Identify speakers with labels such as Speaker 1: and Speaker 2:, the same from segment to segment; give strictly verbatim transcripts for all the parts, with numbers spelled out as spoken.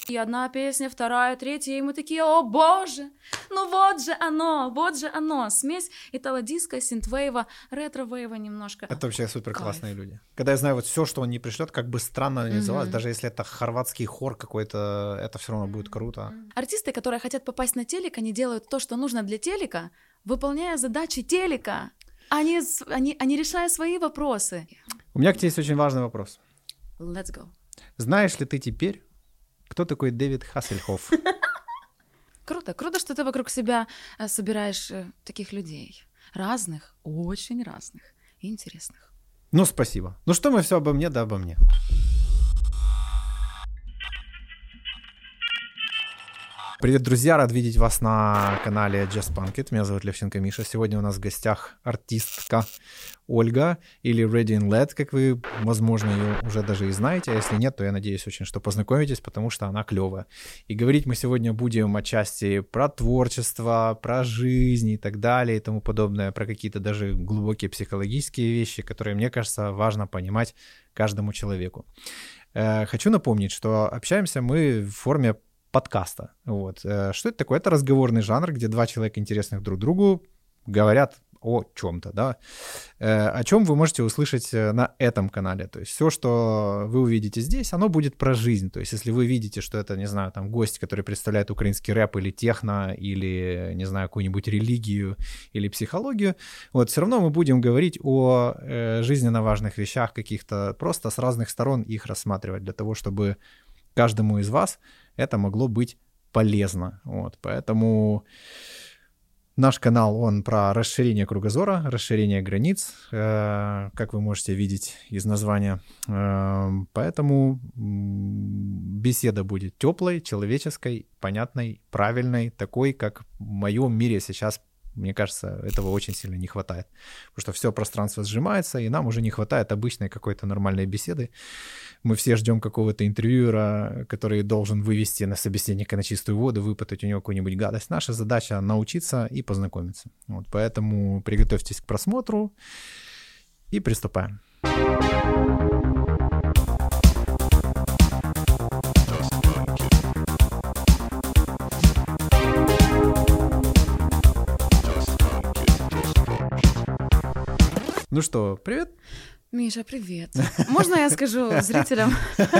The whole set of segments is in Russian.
Speaker 1: И одна песня, вторая, третья, и мы такие, о боже, ну вот же оно, вот же оно. Смесь итало-диска, синтвейва, ретро-вейва немножко.
Speaker 2: Это вообще супер классные люди. Когда я знаю вот все, что он не пришлет, как бы странно ни называлось, mm-hmm. даже если это хорватский хор какой-то, это все равно будет круто.
Speaker 1: Артисты, которые хотят попасть на телек, они делают то, что нужно для телека, выполняя задачи телека, они, они, они решая свои вопросы.
Speaker 2: У меня к тебе есть очень важный вопрос.
Speaker 1: Let's go.
Speaker 2: Знаешь ли ты теперь, кто такой Дэвид Хассельхофф?
Speaker 1: Круто, круто, что ты вокруг себя собираешь таких людей. Разных, очень разных и интересных.
Speaker 2: Ну, спасибо. Ну что мы все обо мне, да обо мне. Привет, друзья, рад видеть вас на канале Just Punk It. Меня зовут Левченко Миша. Сегодня у нас в гостях артистка Ольга, или Ready and Led, как вы, возможно, ее уже даже и знаете. А если нет, то я надеюсь очень, что познакомитесь, потому что она клевая. И говорить мы сегодня будем отчасти про творчество, про жизнь и так далее и тому подобное, про какие-то даже глубокие психологические вещи, которые, мне кажется, важно понимать каждому человеку. Хочу напомнить, что общаемся мы в форме подкаста. Вот. Что это такое? Это разговорный жанр, где два человека, интересных друг другу, говорят о чем-то, да. О чем вы можете услышать на этом канале. То есть все, что вы увидите здесь, оно будет про жизнь. То есть если вы видите, что это, не знаю, там гость, который представляет украинский рэп или техно, или, не знаю, какую-нибудь религию или психологию, вот, все равно мы будем говорить о э, жизненно важных вещах каких-то, просто с разных сторон их рассматривать для того, чтобы каждому из вас это могло быть полезно. Вот. Поэтому наш канал, он про расширение кругозора, расширение границ, э, как вы можете видеть из названия. Э, поэтому беседа будет теплой, человеческой, понятной, правильной, такой, как в моем мире сейчас, мне кажется, этого очень сильно не хватает. Потому что все пространство сжимается, и нам уже не хватает обычной какой-то нормальной беседы. Мы все ждем какого-то интервьюера, который должен вывести на собеседника на чистую воду, выпытать у него какую-нибудь гадость. Наша задача — научиться и познакомиться. Вот, поэтому приготовьтесь к просмотру и приступаем. Ну что, привет.
Speaker 1: Миша, привет. Можно я скажу зрителям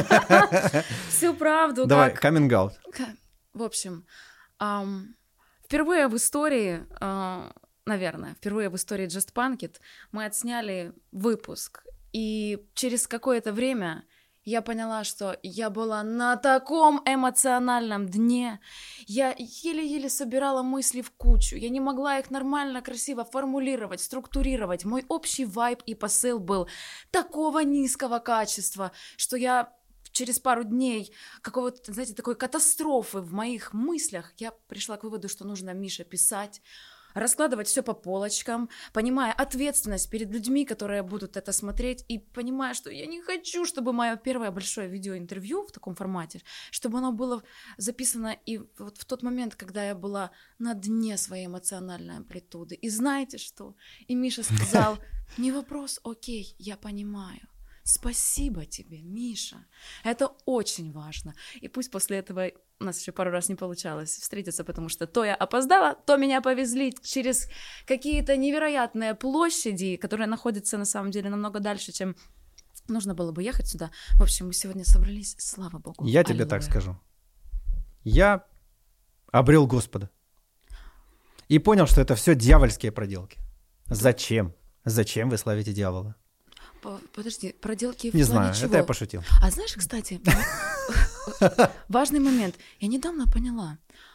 Speaker 1: всю правду?
Speaker 2: Давай, coming out.
Speaker 1: В общем, впервые в истории, наверное, впервые в истории Just Punk It мы отсняли выпуск, и через какое-то время я поняла, что я была на таком эмоциональном дне. Я еле-еле собирала мысли в кучу. Я не могла их нормально, красиво формулировать, структурировать. Мой общий вайб и посыл был такого низкого качества, что я через пару дней какого-то, знаете, такой катастрофы в моих мыслях, я пришла к выводу, что нужно, Миша, писать, раскладывать все по полочкам, понимая ответственность перед людьми, которые будут это смотреть, и понимая, что я не хочу, чтобы мое первое большое видеоинтервью в таком формате, чтобы оно было записано и вот в тот момент, когда я была на дне своей эмоциональной амплитуды. И знаете что? И Миша сказал, не вопрос, окей, я понимаю. Спасибо тебе, Миша. Это очень важно. И пусть после этого у нас еще пару раз не получалось встретиться, потому что то я опоздала, то меня повезли через какие-то невероятные площади, которые находятся на самом деле намного дальше, чем нужно было бы ехать сюда. В общем, мы сегодня собрались, слава богу.
Speaker 2: Я тебе так скажу. Я обрел Господа и понял, что это все дьявольские проделки. Зачем? Зачем вы славите дьявола?
Speaker 1: Подожди, проделки в
Speaker 2: Не
Speaker 1: плане
Speaker 2: знаю,
Speaker 1: чего?
Speaker 2: это я пошутил.
Speaker 1: А знаешь, кстати, важный момент. Я недавно поняла.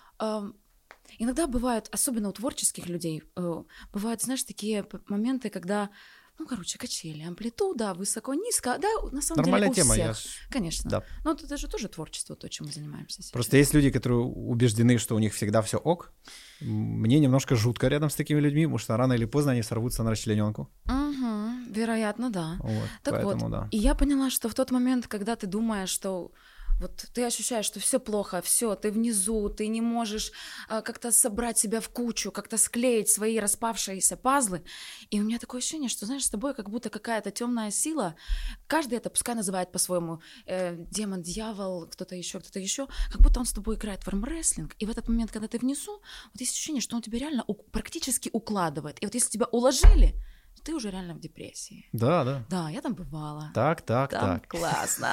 Speaker 1: Иногда бывают, особенно у творческих людей, бывают, знаешь, такие моменты, когда, ну, короче, качели, амплитуда, высоко-низко, да, на самом
Speaker 2: Нормальная
Speaker 1: деле у
Speaker 2: тема,
Speaker 1: всех.
Speaker 2: я...
Speaker 1: Конечно.
Speaker 2: Да.
Speaker 1: Но это же тоже творчество, то, чем мы занимаемся сейчас.
Speaker 2: Просто есть люди, которые убеждены, что у них всегда все ок. Мне немножко жутко рядом с такими людьми, потому что рано или поздно они сорвутся на расчлененку.
Speaker 1: Угу, вероятно, да.
Speaker 2: Вот,
Speaker 1: так
Speaker 2: поэтому,
Speaker 1: вот,
Speaker 2: да.
Speaker 1: И я поняла, что в тот момент, когда ты думаешь, что вот ты ощущаешь, что все плохо, все, ты внизу, ты не можешь а, как-то собрать себя в кучу, как-то склеить свои распавшиеся пазлы. И у меня такое ощущение, что, знаешь, с тобой как будто какая-то темная сила. Каждый это пускай называет по-своему э, демон, дьявол, кто-то еще, кто-то еще, как будто он с тобой играет в армрестлинг. И в этот момент, когда ты внизу, вот есть ощущение, что он тебя реально у- практически укладывает. И вот если тебя уложили, ты уже реально в депрессии.
Speaker 2: Да, да.
Speaker 1: Да, я там бывала.
Speaker 2: Так, так,
Speaker 1: Там
Speaker 2: так.
Speaker 1: классно.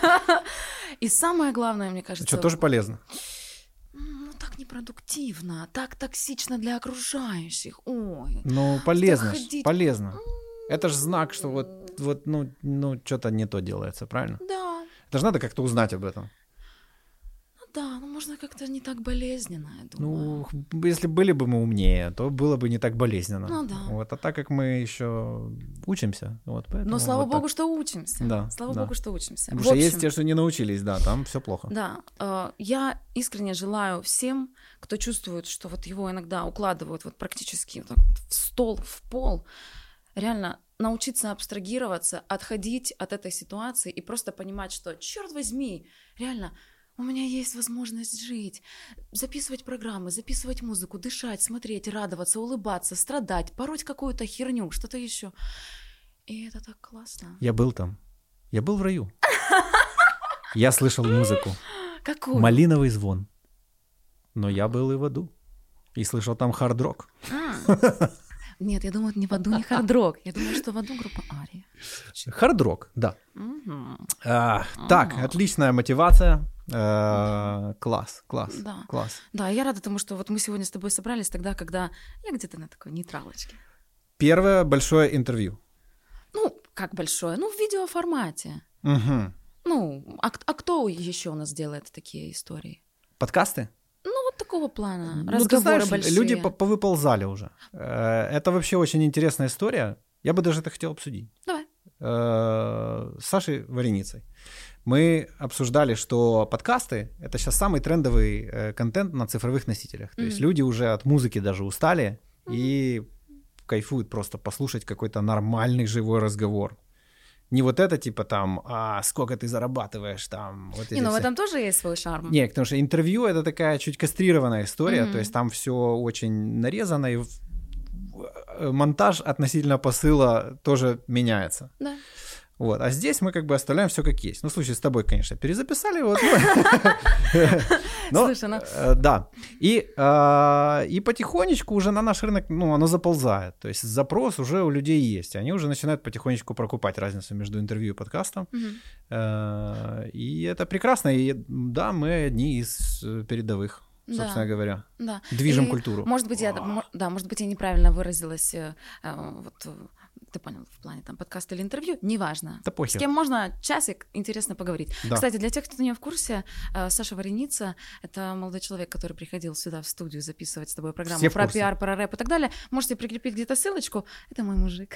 Speaker 1: И самое главное, мне кажется...
Speaker 2: Что, тоже полезно?
Speaker 1: Ну, так непродуктивно, так токсично для окружающих. Ой.
Speaker 2: Ну, полезно, ж,
Speaker 1: ходить.
Speaker 2: полезно. Это же знак, что вот, вот ну, ну что-то не то делается, правильно?
Speaker 1: Да.
Speaker 2: Это же надо как-то узнать об этом.
Speaker 1: Да, ну можно как-то не так болезненно, я думаю.
Speaker 2: Ну, если были бы мы умнее, то было бы не так болезненно.
Speaker 1: Ну да.
Speaker 2: Вот, а так как мы еще учимся, вот поэтому.
Speaker 1: Но слава
Speaker 2: вот
Speaker 1: богу,
Speaker 2: так.
Speaker 1: что учимся.
Speaker 2: Да.
Speaker 1: Слава
Speaker 2: да.
Speaker 1: богу, что учимся.
Speaker 2: Потому
Speaker 1: В
Speaker 2: что
Speaker 1: общем,
Speaker 2: есть те, что не научились, да, там все плохо.
Speaker 1: Да, э, я искренне желаю всем, кто чувствует, что вот его иногда укладывают вот практически вот так вот в стол, в пол, реально научиться абстрагироваться, отходить от этой ситуации и просто понимать, что, черт возьми, реально, у меня есть возможность жить, записывать программы, записывать музыку, дышать, смотреть, радоваться, улыбаться, страдать, пороть какую-то херню, что-то еще. И это так классно.
Speaker 2: Я был там. Я был в раю. Я слышал музыку.
Speaker 1: Какую?
Speaker 2: Малиновый звон. Но я был и в аду. И слышал там хард-рок.
Speaker 1: Нет, я думаю, не в аду, не хард-рок. Я думаю, что в аду группа Ария.
Speaker 2: Хард-рок, да.
Speaker 1: Угу.
Speaker 2: А, так, отличная мотивация. А, класс, класс,
Speaker 1: Да.
Speaker 2: класс.
Speaker 1: Да, я рада тому, что вот мы сегодня с тобой собрались тогда, когда я где-то на такой нейтралочке.
Speaker 2: Первое большое интервью.
Speaker 1: Ну, как большое? Ну, в видеоформате.
Speaker 2: Угу.
Speaker 1: Ну, а, а кто еще у нас делает такие истории?
Speaker 2: Подкасты?
Speaker 1: Ну, вот такого плана.
Speaker 2: Ну,
Speaker 1: Разговоры
Speaker 2: ты знаешь,
Speaker 1: большие.
Speaker 2: люди по- повыползали уже. Э, Это вообще очень интересная история. Я бы даже это хотел обсудить.
Speaker 1: Давай.
Speaker 2: Э, С Сашей Вареницей. Мы обсуждали, что подкасты — это сейчас самый трендовый э, контент на цифровых носителях. То
Speaker 1: Мгм.
Speaker 2: есть люди уже от музыки даже устали и кайфуют просто послушать какой-то нормальный живой разговор. Не вот это типа там, а сколько ты зарабатываешь там. Вот
Speaker 1: Не,
Speaker 2: эти
Speaker 1: ну в
Speaker 2: все.
Speaker 1: этом тоже есть свой шарм.
Speaker 2: Не, потому что интервью — это такая чуть кастрированная история,
Speaker 1: Мгм.
Speaker 2: то есть там все очень нарезано, и в- в- монтаж относительно посыла тоже меняется.
Speaker 1: Да.
Speaker 2: Вот. А здесь мы как бы оставляем все как есть. Ну, в случае с тобой, конечно, перезаписали. Вот, но,
Speaker 1: Слушай, ну-
Speaker 2: э, да. И, э, и потихонечку уже на наш рынок, ну, оно заползает. То есть запрос уже у людей есть. Они уже начинают потихонечку прокупать разницу между интервью и подкастом.
Speaker 1: Мгм.
Speaker 2: Э, И это прекрасно. И да, мы одни из э, передовых, собственно
Speaker 1: Да.
Speaker 2: говоря.
Speaker 1: Да.
Speaker 2: Движем
Speaker 1: И,
Speaker 2: культуру.
Speaker 1: Может быть, я, мо- да, может быть, я неправильно выразилась. э, э, Вот, э, ты понял, в плане там подкаста или интервью, неважно.
Speaker 2: Да
Speaker 1: С
Speaker 2: похер.
Speaker 1: кем можно часик интересно поговорить.
Speaker 2: Да.
Speaker 1: Кстати, для тех, кто не в курсе, э, Саша Вареница — это молодой человек, который приходил сюда в студию записывать с тобой программу
Speaker 2: Все в
Speaker 1: про
Speaker 2: курсе.
Speaker 1: пиар, про рэп и так далее. Можете прикрепить где-то ссылочку. Это мой мужик.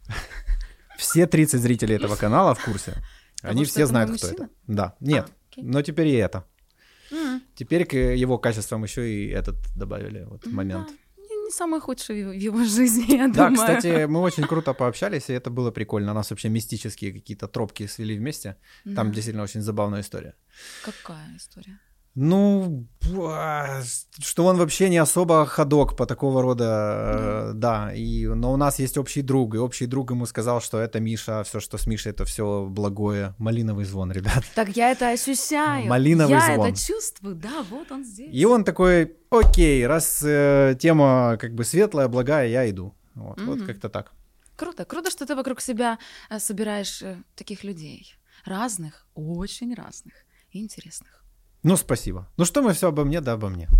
Speaker 2: Все тридцать зрителей этого канала в курсе.
Speaker 1: Того,
Speaker 2: Они
Speaker 1: что
Speaker 2: все
Speaker 1: это
Speaker 2: знают,
Speaker 1: мой
Speaker 2: кто
Speaker 1: мужчина?
Speaker 2: это. Да. Нет.
Speaker 1: А, окей.
Speaker 2: Но теперь и это.
Speaker 1: М,
Speaker 2: Теперь к его качествам еще и этот добавили вот
Speaker 1: м,
Speaker 2: момент.
Speaker 1: да. Не, не самый худший в его жизни, я
Speaker 2: Да,
Speaker 1: думаю.
Speaker 2: кстати, мы очень круто пообщались, и это было прикольно. Нас вообще мистические какие-то тропки свели вместе. Там
Speaker 1: Да.
Speaker 2: действительно очень забавная история.
Speaker 1: Какая история?
Speaker 2: Ну, а, что он вообще не особо ходок по такого рода, э, да. И, но у нас есть общий друг, и общий друг ему сказал, что это Миша, все, что с Мишей, это все благое. Малиновый звон, ребят.
Speaker 1: Так я это ощущаю.
Speaker 2: Малиновый
Speaker 1: я
Speaker 2: звон.
Speaker 1: это чувствую, да, вот он здесь.
Speaker 2: И он такой, окей, раз э, тема как бы светлая, благая, я иду. Вот, вот
Speaker 1: Мгм.
Speaker 2: как-то так.
Speaker 1: Круто, круто, что ты вокруг себя э, собираешь э, таких людей. Разных, очень разных и интересных.
Speaker 2: Ну, спасибо. Ну что мы все обо мне, да обо мне.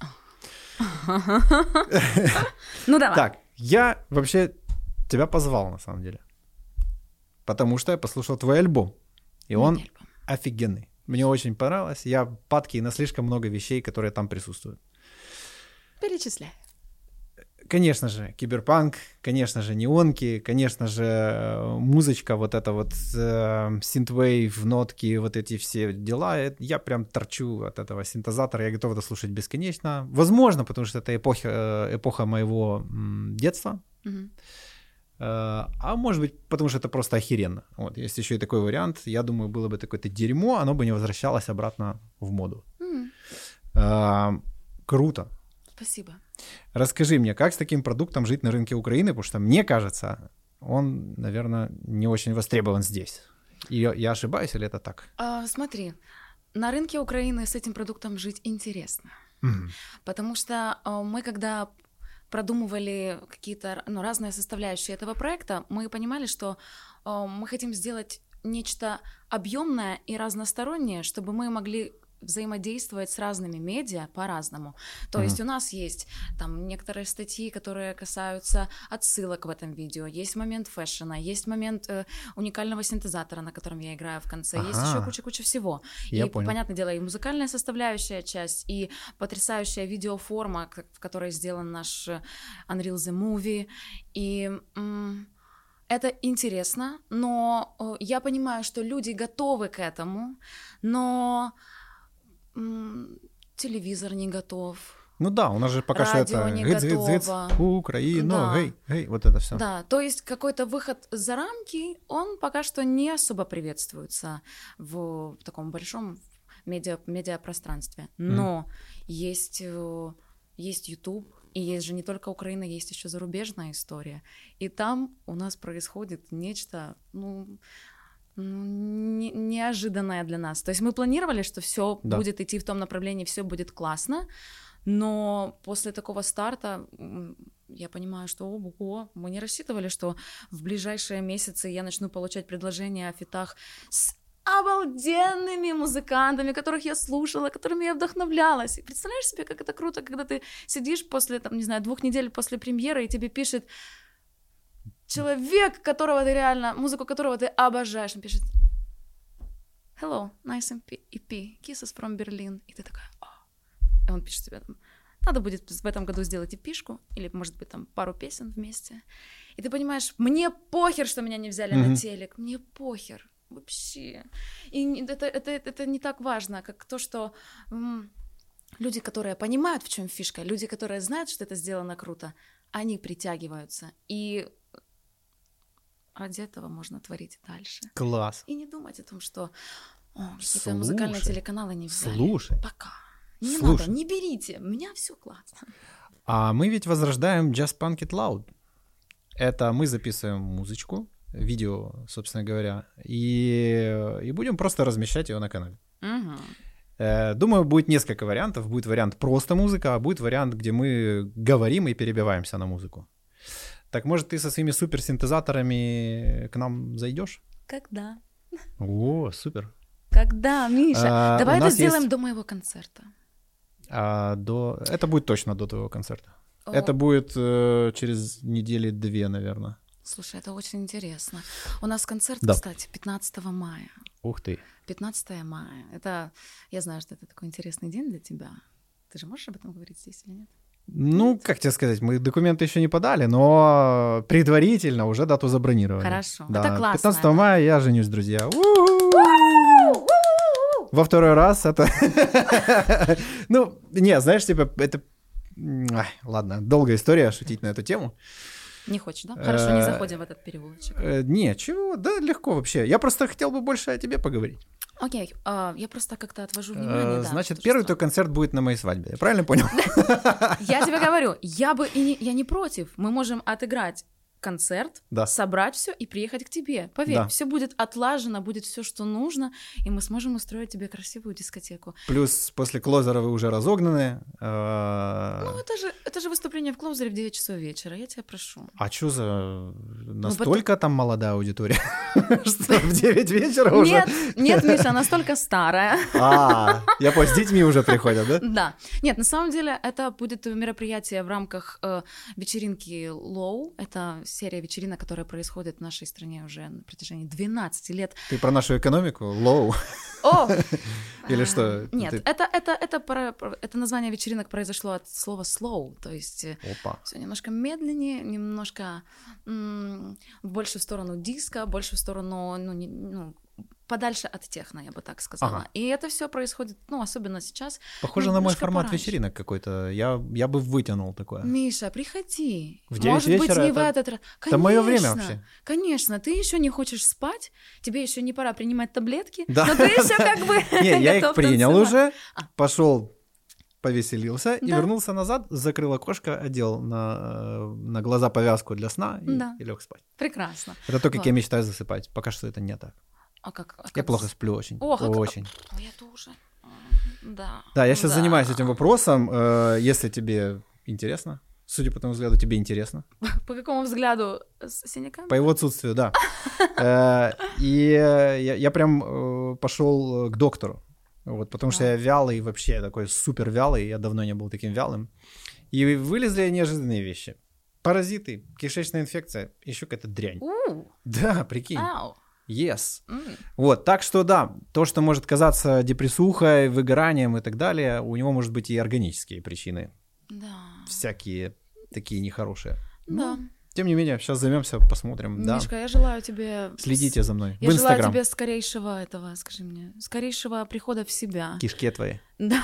Speaker 1: Ну давай.
Speaker 2: Так, я вообще тебя позвал, на самом деле. Потому что я послушал твой альбом. И он
Speaker 1: Мой альбом.
Speaker 2: офигенный. Мне очень понравилось. Я падкий на слишком много вещей, которые там присутствуют.
Speaker 1: Перечисляй.
Speaker 2: Конечно же, киберпанк, конечно же, неонки, конечно же, э, музычка, вот это вот э, синтвейв, нотки, вот эти все дела. Э, Я прям торчу от этого синтезатора, я готов это слушать бесконечно. Возможно, потому что это эпоха, э, эпоха моего м, детства.
Speaker 1: Мгм.
Speaker 2: А может быть, потому что это просто охеренно. Вот, есть еще и такой вариант. Я думаю, было бы такое-то дерьмо, оно бы не возвращалось обратно в моду. Mm. А, круто.
Speaker 1: Спасибо.
Speaker 2: Расскажи мне, как с таким продуктом жить на рынке Украины, потому что, мне кажется, он, наверное, не очень востребован здесь. И я ошибаюсь, или это так?
Speaker 1: А, смотри, на рынке Украины с этим продуктом жить интересно. Mm. Потому что мы, когда продумывали какие-то ну, разные составляющие этого проекта, мы понимали, что э, мы хотим сделать нечто объемное и разностороннее, чтобы мы могли взаимодействовать с разными медиа по-разному. То mm-hmm. есть у нас есть там некоторые статьи, которые касаются отсылок в этом видео, есть момент фэшена, есть момент э, уникального синтезатора, на котором я играю в конце, ага. есть еще куча-куча всего.
Speaker 2: Я
Speaker 1: и,
Speaker 2: понял.
Speaker 1: понятное дело, и музыкальная составляющая часть, и потрясающая видеоформа, в которой сделан наш Unreal The Movie, и... М- Это интересно, но э, я понимаю, что люди готовы к этому, но м- телевизор не готов.
Speaker 2: Ну да, у нас же пока что это гыц-гыц-гыц, Украина, да. гей, гей, вот это все.
Speaker 1: Да, то есть какой-то выход за рамки, он пока что не особо приветствуется в, в таком большом медиа, медиапространстве. Но mm-hmm. есть, есть YouTube, и есть же не только Украина, есть еще зарубежная история. И там у нас происходит нечто, ну, не, неожиданное для нас. То есть мы планировали, что все да. будет идти в том направлении, все будет классно, но после такого старта я понимаю, что ого, мы не рассчитывали, что в ближайшие месяцы я начну получать предложения о фитах с обалденными музыкантами, которых я слушала, которыми я вдохновлялась. И представляешь себе, как это круто, когда ты сидишь после, там, не знаю, двух недель после премьеры, и тебе пишет человек, которого ты реально, музыку которого ты обожаешь, он пишет «Hello, nice и пи, kisses from Berlin». И ты такая «О». И он пишет тебе там «Надо будет в этом году сделать эпишку, или, может быть, там пару песен вместе». И ты понимаешь, мне похер, что меня не взяли mm-hmm. на телек, мне похер. Вообще. И это, это, это не так важно, как то, что м, люди, которые понимают, в чем фишка, люди, которые знают, что это сделано круто, они притягиваются. И ради этого можно творить дальше.
Speaker 2: Класс.
Speaker 1: И не думать о том, что о, какие-то музыкальные телеканалы не взяли.
Speaker 2: Слушай.
Speaker 1: Пока. Не
Speaker 2: Слушай.
Speaker 1: надо, не берите. У меня все классно.
Speaker 2: А мы ведь возрождаем Just Punk It Loud. Это мы записываем музычку, видео, собственно говоря, и, и будем просто размещать ее на канале.
Speaker 1: Угу.
Speaker 2: Думаю, будет несколько вариантов. Будет вариант просто музыка, а будет вариант, где мы говорим и перебиваемся на музыку. Так, может, ты со своими суперсинтезаторами к нам зайдешь?
Speaker 1: Когда?
Speaker 2: О, супер.
Speaker 1: Когда, Миша?
Speaker 2: А,
Speaker 1: Давай это сделаем есть... до моего концерта.
Speaker 2: А, до... Это будет точно до твоего концерта. О. Это будет э, через недели две, наверное.
Speaker 1: Слушай, это очень интересно. У нас концерт,
Speaker 2: да.
Speaker 1: кстати, пятнадцатого мая.
Speaker 2: Ух ты.
Speaker 1: пятнадцатого мая. Это, я знаю, что это такой интересный день для тебя. Ты же можешь об этом говорить здесь или нет?
Speaker 2: Ну, нет? Как тебе сказать, мы документы еще не подали, но предварительно уже дату забронировали.
Speaker 1: Хорошо,
Speaker 2: да.
Speaker 1: это классно.
Speaker 2: пятнадцатого мая я женюсь, друзья. Во второй раз это... Ну, не, знаешь, типа, это... Ай, ладно, долгая история шутить на эту тему.
Speaker 1: Не хочешь, да? Хорошо, не заходим в этот переулочек.
Speaker 2: Не, чего, да, легко вообще. Я просто хотел бы больше о тебе поговорить.
Speaker 1: Окей, okay. uh, я просто как-то отвожу внимание. Да,
Speaker 2: Значит, первый твой концерт будет на моей свадьбе. Я правильно понял?
Speaker 1: Я тебе говорю, я бы и не, я не против. Мы можем отыграть концерт,
Speaker 2: да.
Speaker 1: собрать все и приехать к тебе. Поверь,
Speaker 2: да.
Speaker 1: все будет отлажено, будет все, что нужно, и мы сможем устроить тебе красивую дискотеку.
Speaker 2: Плюс после клозера вы уже разогнаны.
Speaker 1: Ну, это же, это же выступление в клозере в девять часов вечера, я тебя прошу.
Speaker 2: А что за... Настолько ну, потом... там молодая аудитория? Что, в девять вечера уже?
Speaker 1: Нет, нет, Миша, настолько старая.
Speaker 2: А, я понял, с детьми уже приходят, да?
Speaker 1: Да. Нет, на самом деле это будет мероприятие в рамках вечеринки Low. Это серия вечеринок, которая происходит в нашей стране уже на протяжении двенадцати лет.
Speaker 2: Ты про нашу экономику? Low?
Speaker 1: О!
Speaker 2: Или что?
Speaker 1: Нет, ты... это, это, это, про, это название вечеринок произошло от слова slow, то есть все немножко медленнее, немножко м- больше в сторону диска, больше в сторону ну, не, ну, подальше от техно, я бы так сказала.
Speaker 2: Ага.
Speaker 1: И это все происходит, ну, особенно сейчас.
Speaker 2: Похоже
Speaker 1: ну,
Speaker 2: на мой
Speaker 1: немножко
Speaker 2: формат
Speaker 1: пораньше.
Speaker 2: вечеринок какой-то. Я, я бы вытянул такое.
Speaker 1: Миша, приходи.
Speaker 2: В девять
Speaker 1: Может быть,
Speaker 2: вечера
Speaker 1: не
Speaker 2: это-
Speaker 1: в этот раз.
Speaker 2: это моё время
Speaker 1: Конечно,
Speaker 2: вообще.
Speaker 1: Конечно, ты еще не хочешь спать, тебе еще не пора принимать таблетки,
Speaker 2: Да.
Speaker 1: но ты еще как бы
Speaker 2: Не, я их
Speaker 1: готов
Speaker 2: принял
Speaker 1: танцевать.
Speaker 2: уже,
Speaker 1: А.
Speaker 2: пошел, повеселился и
Speaker 1: Да.
Speaker 2: вернулся назад, закрыл окошко, одел на, э, на глаза повязку для сна и,
Speaker 1: Да.
Speaker 2: и лег спать.
Speaker 1: Прекрасно.
Speaker 2: Это то, как
Speaker 1: Вот.
Speaker 2: я мечтаю засыпать. Пока что это не так.
Speaker 1: А как, а
Speaker 2: Я
Speaker 1: как
Speaker 2: плохо
Speaker 1: с-
Speaker 2: сплю очень.
Speaker 1: Ох, а как-
Speaker 2: очень.
Speaker 1: Ой, я тоже. М, Да.
Speaker 2: Да, я сейчас
Speaker 1: Да.
Speaker 2: занимаюсь этим вопросом. Э, Если тебе интересно, судя по тому взгляду, тебе интересно.
Speaker 1: По какому взгляду? С синяками?
Speaker 2: По его отсутствию, да. Э, И э, я я прям пошел к доктору. Вот, потому что я вялый, вообще такой супер вялый, я давно не был таким вялым. И вылезли неожиданные вещи. Паразиты, кишечная инфекция, еще какая-то дрянь.
Speaker 1: У,
Speaker 2: Да, прикинь.
Speaker 1: ау.
Speaker 2: Yes.
Speaker 1: М,
Speaker 2: Вот, так что да, то, что может казаться депрессухой, выгоранием и так далее, у него может быть и органические причины,
Speaker 1: Да.
Speaker 2: всякие такие нехорошие.
Speaker 1: Да.
Speaker 2: Тем не менее, сейчас займемся, посмотрим. Да.
Speaker 1: Мишка, я желаю тебе...
Speaker 2: Следите за мной.
Speaker 1: Я
Speaker 2: в
Speaker 1: желаю
Speaker 2: Инстаграм.
Speaker 1: тебе скорейшего этого, скажи мне, скорейшего прихода в себя.
Speaker 2: Кишке твои.
Speaker 1: Да.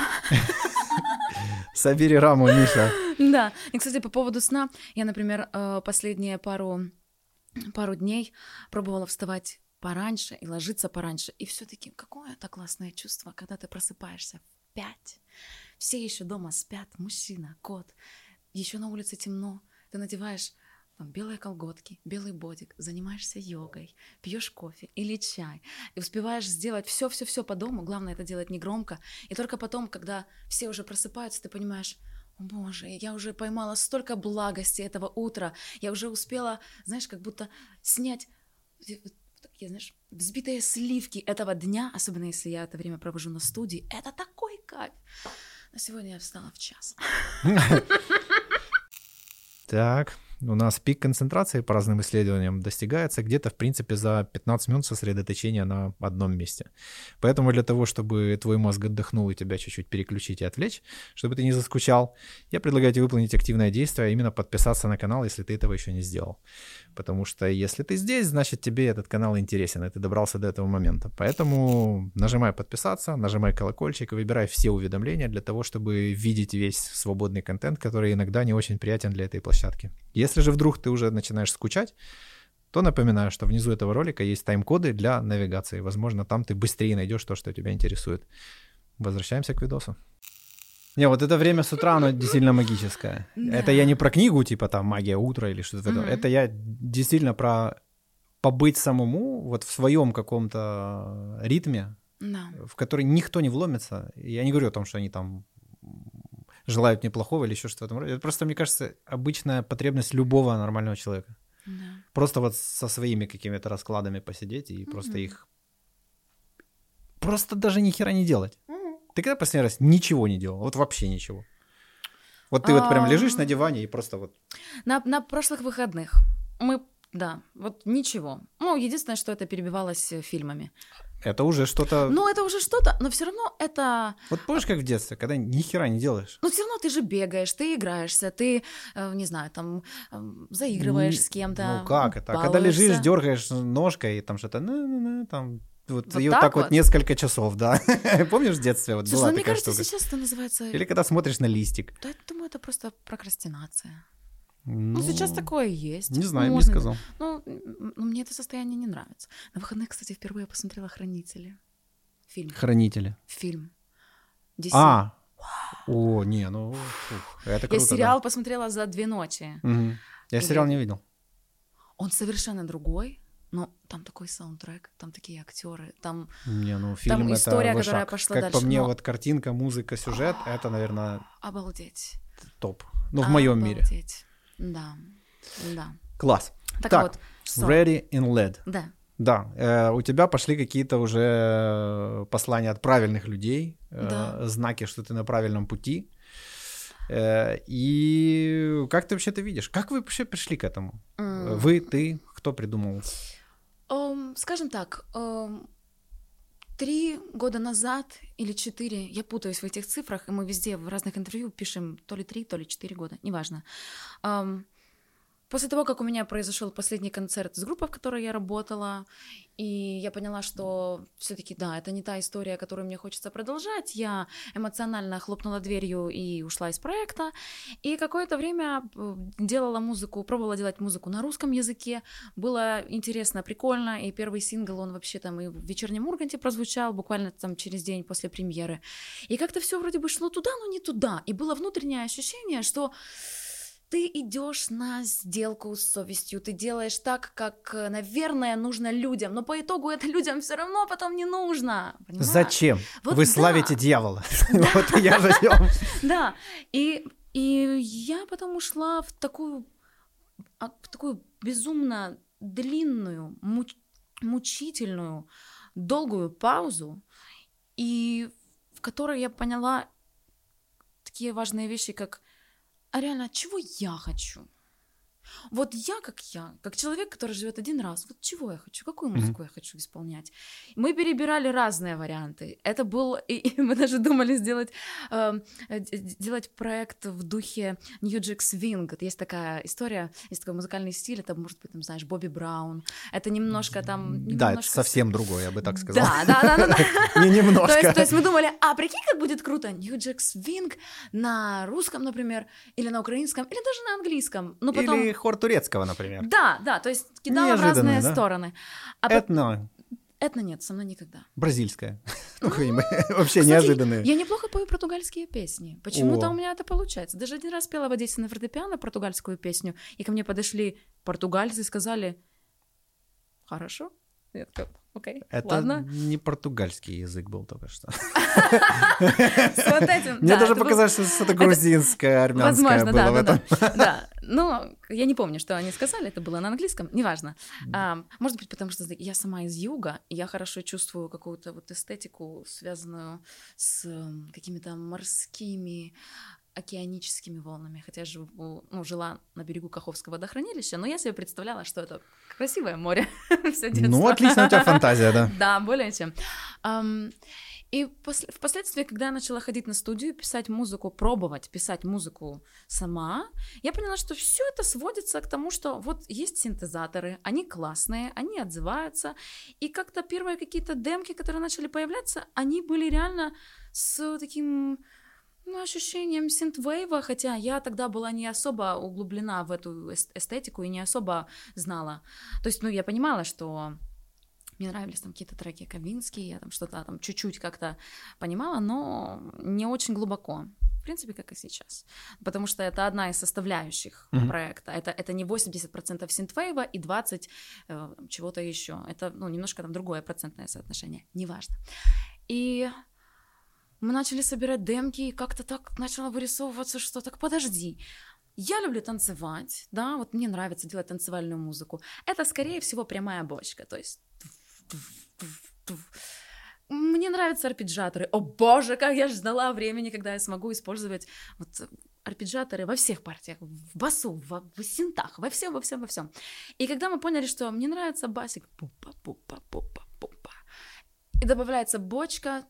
Speaker 2: Собери раму, Миша.
Speaker 1: Да. И, кстати, по поводу сна, я, например, э, последние пару, пару дней пробовала вставать пораньше и ложиться пораньше. И все-таки какое это классное чувство, когда ты просыпаешься в пять, все еще дома спят, мужчина, кот, еще на улице темно, ты надеваешь там, белые колготки, белый бодик, занимаешься йогой, пьешь кофе или чай, и успеваешь сделать все-все-все по дому, главное это делать не громко, и только потом, когда все уже просыпаются, ты понимаешь: о боже, я уже поймала столько благости этого утра, я уже успела, знаешь, как будто снять такие, знаешь, взбитые сливки этого дня, особенно если я это время провожу на студии, это такой кайф. Но сегодня я встала в час.
Speaker 2: Так, у нас пик концентрации по разным исследованиям достигается где-то, в принципе, за пятнадцать минут сосредоточения на одном месте. Поэтому для того, чтобы твой мозг отдохнул и тебя чуть-чуть переключить и отвлечь, чтобы ты не заскучал, я предлагаю тебе выполнить активное действие, а именно подписаться на канал, если ты этого еще не сделал. Потому что если ты здесь, значит, тебе этот канал интересен, и ты добрался до этого момента. Поэтому нажимай подписаться, нажимай колокольчик и выбирай все уведомления для того, чтобы видеть весь свободный контент, который иногда не очень приятен для этой площадки. Если же вдруг ты уже начинаешь скучать, то напоминаю, что внизу этого ролика есть тайм-коды для навигации. Возможно, там ты быстрее найдешь то, что тебя интересует. Возвращаемся к видосу. Не, вот это время с утра, оно действительно магическое.
Speaker 1: Да.
Speaker 2: Это я не про книгу, типа там «Магия утра» или что-то такое.
Speaker 1: Мгм.
Speaker 2: Это я действительно про побыть самому вот в своем каком-то ритме,
Speaker 1: Да.
Speaker 2: в который никто не вломится. Я не говорю о том, что они там желают мне плохого или еще что-то в этом роде. Это просто, мне кажется, обычная потребность любого нормального человека.
Speaker 1: Да.
Speaker 2: Просто вот со своими какими-то раскладами посидеть и просто
Speaker 1: Мгм.
Speaker 2: их... Просто даже ни хера не делать. Ты когда последний раз ничего не делал? Вот вообще ничего. Вот ты вот прям лежишь на диване и просто вот...
Speaker 1: На, на прошлых выходных мы, да, вот ничего. Ну, единственное, что это перебивалось э, фильмами.
Speaker 2: Это уже что-то...
Speaker 1: Ну, это уже что-то, но все равно это...
Speaker 2: Вот помнишь, как в детстве, когда ни хера не делаешь?
Speaker 1: Ну, все равно ты же бегаешь, ты играешься, ты, э, не знаю, там, э, заигрываешь
Speaker 2: Не-
Speaker 1: с кем-то.
Speaker 2: Ну как это? Когда
Speaker 1: балуешься.
Speaker 2: лежишь, дергаешь ножкой, и там что-то... ну-ну-ну, там... Вот,
Speaker 1: Вот
Speaker 2: и вот
Speaker 1: так
Speaker 2: так вот
Speaker 1: вот?
Speaker 2: несколько часов, да. Помнишь, в детстве вот
Speaker 1: Слушай,
Speaker 2: была
Speaker 1: ну, мне
Speaker 2: такая
Speaker 1: кажется,
Speaker 2: штука?
Speaker 1: сейчас это называется...
Speaker 2: Или когда смотришь на листик.
Speaker 1: Да, я думаю, это просто прокрастинация.
Speaker 2: Ну,
Speaker 1: Ну, сейчас такое есть.
Speaker 2: Не знаю, не
Speaker 1: Можно.
Speaker 2: сказал.
Speaker 1: Ну, м, ну, мне это состояние не нравится. На выходных, кстати, впервые посмотрела «Хранители». Фильм.
Speaker 2: Хранители.
Speaker 1: Фильм. Ди Си.
Speaker 2: А! О, не, ну, фух, это круто,
Speaker 1: Я сериал
Speaker 2: да.
Speaker 1: посмотрела за две ночи.
Speaker 2: Мгм. Я
Speaker 1: Или-
Speaker 2: сериал не видел.
Speaker 1: Он совершенно другой, но там такой саундтрек, там такие актеры, там...
Speaker 2: Не, ну, фильм это
Speaker 1: история,
Speaker 2: вышаг.
Speaker 1: которая пошла
Speaker 2: Как
Speaker 1: дальше,
Speaker 2: по мне,
Speaker 1: но-
Speaker 2: вот картинка, музыка, сюжет, это, наверное,
Speaker 1: Обалдеть.
Speaker 2: топ. Ну, в моем мире.
Speaker 1: Обалдеть. Да, да.
Speaker 2: Класс.
Speaker 1: Так,
Speaker 2: Так,
Speaker 1: вот, что?
Speaker 2: Ready in L E D.
Speaker 1: Да.
Speaker 2: Да, э, у тебя пошли какие-то уже послания от правильных людей, э,
Speaker 1: Да.
Speaker 2: знаки, что ты на правильном пути. Э, и как ты вообще это видишь? Как вы вообще пришли к этому?
Speaker 1: М,
Speaker 2: Вы, ты, кто придумал?
Speaker 1: эм, скажем так, эм, три года назад или четыре, я путаюсь в этих цифрах, и мы везде в разных интервью пишем то ли три, то ли четыре года, неважно. Эм, После того, как у меня произошел последний концерт с группой, в которой я работала, и я поняла, что все-таки, да, это не та история, которую мне хочется продолжать, я эмоционально хлопнула дверью и ушла из проекта, и какое-то время делала музыку, пробовала делать музыку на русском языке, было интересно, прикольно, и первый сингл, он вообще там и в «Вечернем Урганте» прозвучал, буквально там через день после премьеры, и как-то все вроде бы шло туда, но не туда, и было внутреннее ощущение, что ты идешь на сделку с совестью, ты делаешь так, как, наверное, нужно людям, но по итогу это людям все равно потом не нужно. Понимаешь?
Speaker 2: Зачем?
Speaker 1: Вот
Speaker 2: Вы
Speaker 1: да.
Speaker 2: славите дьявола. Вот я же
Speaker 1: Да, и я потом ушла в такую, в такую безумно длинную, мучительную, долгую паузу, и в которой я поняла такие важные вещи, как а реально, чего я хочу? Вот я, как я, как человек, который живет один раз, вот чего я хочу, какую музыку mm-hmm. я хочу исполнять. Мы перебирали разные варианты. Это был, и, и мы даже думали сделать, э, делать проект в духе New Jack Swing. Есть такая история, есть такой музыкальный стиль, это, может быть, там, знаешь, Бобби Браун. Это немножко там...
Speaker 2: Да,
Speaker 1: немножко...
Speaker 2: это совсем другое, я бы так сказала.
Speaker 1: Да, да, да, да.
Speaker 2: Не немножко.
Speaker 1: То есть мы думали, а прикинь, как будет круто, New Jack Swing на русском, например, или на украинском, или даже на английском. Но потом...
Speaker 2: Или хор турецкого, например.
Speaker 1: Да, да, то есть кидала в разные да? стороны.
Speaker 2: А Этно?
Speaker 1: Этно нет, со мной никогда.
Speaker 2: Бразильская. Вообще неожиданные.
Speaker 1: Я неплохо пою португальские песни. Почему-то у меня это получается. Даже один раз пела в Одессе на фортепиано португальскую песню, и ко мне подошли португальцы и сказали: хорошо. Я такая, окей,
Speaker 2: это
Speaker 1: ладно.
Speaker 2: Не португальский язык был только что.
Speaker 1: Вот этим,
Speaker 2: Мне даже показалось, что это грузинское, армянское было в этом.
Speaker 1: Да, ну, я не помню, что они сказали, это было на английском, неважно. Может быть, потому что я сама из юга, и я хорошо чувствую какую-то вот эстетику, связанную с какими-то морскими, океаническими волнами, хотя я живу, ну, жила на берегу Каховского водохранилища, но я себе представляла, что это красивое море все детство.
Speaker 2: Ну, отлично у тебя фантазия, да.
Speaker 1: Да, более чем. Um, и пос- впоследствии, когда я начала ходить на студию, писать музыку, пробовать писать музыку сама, я поняла, что все это сводится к тому, что вот есть синтезаторы, они классные, они отзываются, и как-то первые какие-то демки, которые начали появляться, они были реально с таким... Ну, ощущением синтвейва, хотя я тогда была не особо углублена в эту эстетику и не особо знала. То есть, ну, я понимала, что мне нравились там какие-то треки Ковинские, я там что-то там чуть-чуть как-то понимала, но не очень глубоко. В принципе, как и сейчас. Потому что это одна из составляющих mm-hmm. проекта. Это, это не восемьдесят процентов синтвейва и двадцать процентов э, чего-то еще. Это, ну, немножко там другое процентное соотношение. Неважно. И... мы начали собирать демки, и как-то так начало вырисовываться, что так подожди. Я люблю танцевать, да, вот мне нравится делать танцевальную музыку. Это, скорее всего, прямая бочка, то есть... Мне нравятся арпеджаторы. О боже, как я ждала времени, когда я смогу использовать вот арпеджаторы во всех партиях, в басу, в, в синтах, во всем, во всем, во всем. И когда мы поняли, что мне нравится басик, пупа-пупа-пупа-пупа, и добавляется бочка,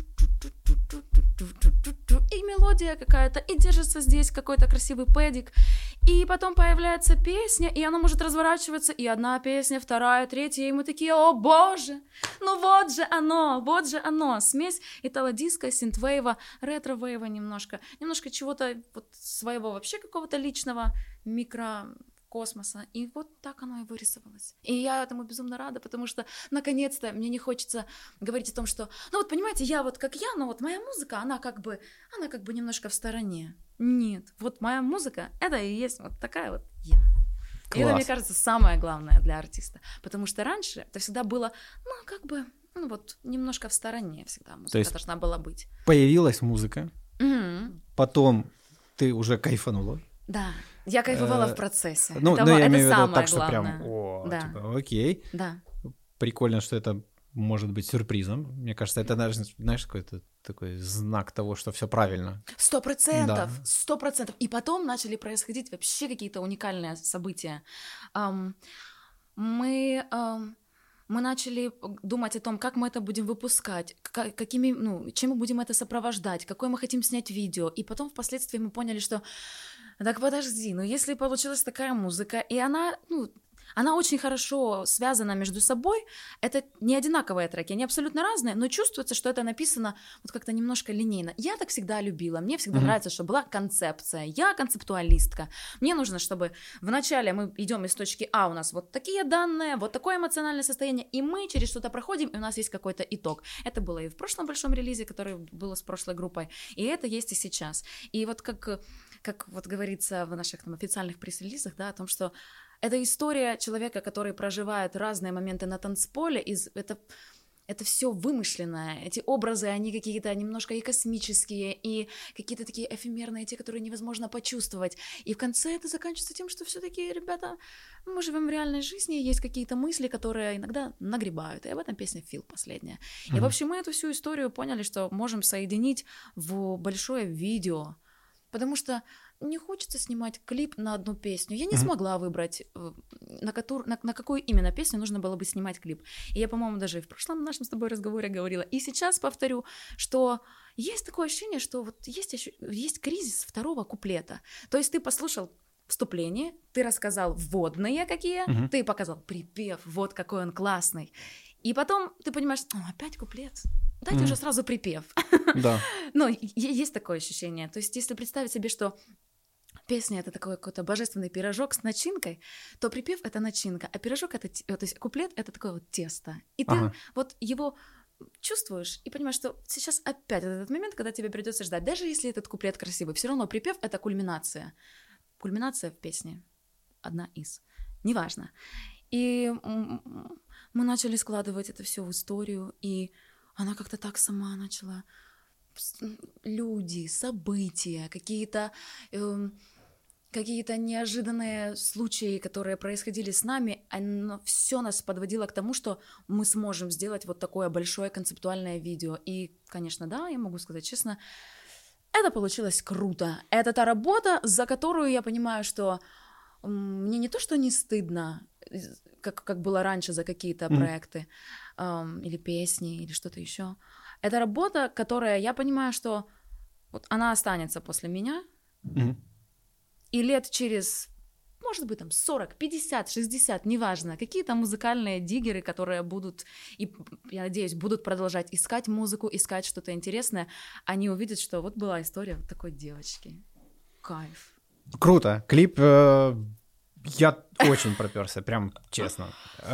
Speaker 1: и мелодия какая-то, и держится здесь какой-то красивый пэдик, и потом появляется песня, и она может разворачиваться, и одна песня, вторая, третья, и мы такие: о боже, ну вот же оно, вот же оно, смесь итало-диско, синтвейва, ретро-вейва немножко, немножко чего-то вот своего вообще какого-то личного микро... космоса. И вот так оно и вырисовалось. И я этому безумно рада, потому что, наконец-то, мне не хочется говорить о том, что, ну вот, понимаете, я вот как я, но вот моя музыка, она как бы, она как бы немножко в стороне. Нет, вот моя музыка, это и есть вот такая вот я. Класс. И это, мне кажется, самое главное для артиста. Потому что раньше это всегда было, ну, как бы, ну вот, немножко в стороне всегда музыка. То есть должна была быть.
Speaker 2: Появилась музыка,
Speaker 1: mm-hmm.
Speaker 2: потом ты уже кайфанула.
Speaker 1: Да, я кайфовала в процессе.
Speaker 2: Ну,
Speaker 1: это,
Speaker 2: ну я
Speaker 1: это
Speaker 2: имею в виду
Speaker 1: самое
Speaker 2: так, что
Speaker 1: главное.
Speaker 2: прям, о,
Speaker 1: да.
Speaker 2: типа, окей.
Speaker 1: Да.
Speaker 2: Прикольно, что это может быть сюрпризом. Мне кажется, это даже, знаешь, какой-то такой знак того, что все правильно.
Speaker 1: Сто процентов, сто процентов. И потом начали происходить вообще какие-то уникальные события. Um, мы... Um, Мы начали думать о том, как мы это будем выпускать, какими, ну, чем мы будем это сопровождать, какое мы хотим снять видео. И потом впоследствии мы поняли, что Так подожди, ну если получилась такая музыка, и она, ну, она очень хорошо связана между собой, это не одинаковые треки, они абсолютно разные, но чувствуется, что это написано вот как-то немножко линейно. Я так всегда любила, мне всегда mm-hmm. нравится, чтобы была концепция, я концептуалистка. Мне нужно, чтобы вначале мы идем из точки А, у нас вот такие данные, вот такое эмоциональное состояние, и мы через что-то проходим, и у нас есть какой-то итог. Это было и в прошлом большом релизе, который было с прошлой группой, и это есть и сейчас. И вот как, как вот говорится в наших там официальных пресс-релизах, да, о том, что это история человека, который проживает разные моменты на танцполе, из это, это все вымышленное, эти образы, они какие-то немножко и космические, и какие-то такие эфемерные, те, которые невозможно почувствовать. И в конце это заканчивается тем, что все-таки, ребята, мы живем в реальной жизни, есть какие-то мысли, которые иногда нагребают, и об этом песня «Фил» последняя. Mm-hmm. И, в общем, мы эту всю историю поняли, что можем соединить в большое видео, потому что не хочется снимать клип на одну песню. Я не mm-hmm. смогла выбрать, на, которую, на, на какую именно песню нужно было бы снимать клип. И я, по-моему, даже и в прошлом нашем с тобой разговоре говорила. И сейчас повторю, что есть такое ощущение, что вот есть, есть кризис второго куплета. То есть ты послушал вступление, ты рассказал вводные какие, mm-hmm. ты показал припев, вот какой он классный. И потом ты понимаешь, опять куплет. Дайте mm. уже сразу припев.
Speaker 2: Да.
Speaker 1: Ну, есть такое ощущение. То есть, если представить себе, что песня — это такой какой-то божественный пирожок с начинкой, то припев — это начинка, а пирожок — это, то есть куплет — это такое вот тесто. И ты ага. вот его чувствуешь и понимаешь, что сейчас опять этот момент, когда тебе придется ждать. Даже если этот куплет красивый, все равно припев — это кульминация. Кульминация в песне. Одна из. Неважно. И мы начали складывать это все в историю, и она как-то так сама начала. Люди, события, какие-то, э, какие-то неожиданные случаи, которые происходили с нами, оно все нас подводило к тому, что мы сможем сделать вот такое большое концептуальное видео. И, конечно, да, я могу сказать честно, это получилось круто. Это та работа, за которую я понимаю, что мне не то, что не стыдно, как, как было раньше за какие-то mm-hmm. проекты эм, или песни, или что-то еще. Это работа, которая, я понимаю, что вот она останется после меня, mm-hmm. и лет через, может быть, там сорок, пятьдесят, шестьдесят, неважно, какие-то музыкальные диггеры, которые будут, и, я надеюсь, будут продолжать искать музыку, искать что-то интересное, они увидят, что вот была история вот такой девочки. Кайф.
Speaker 2: Круто. Клип... Э... Я очень пропёрся, прям честно.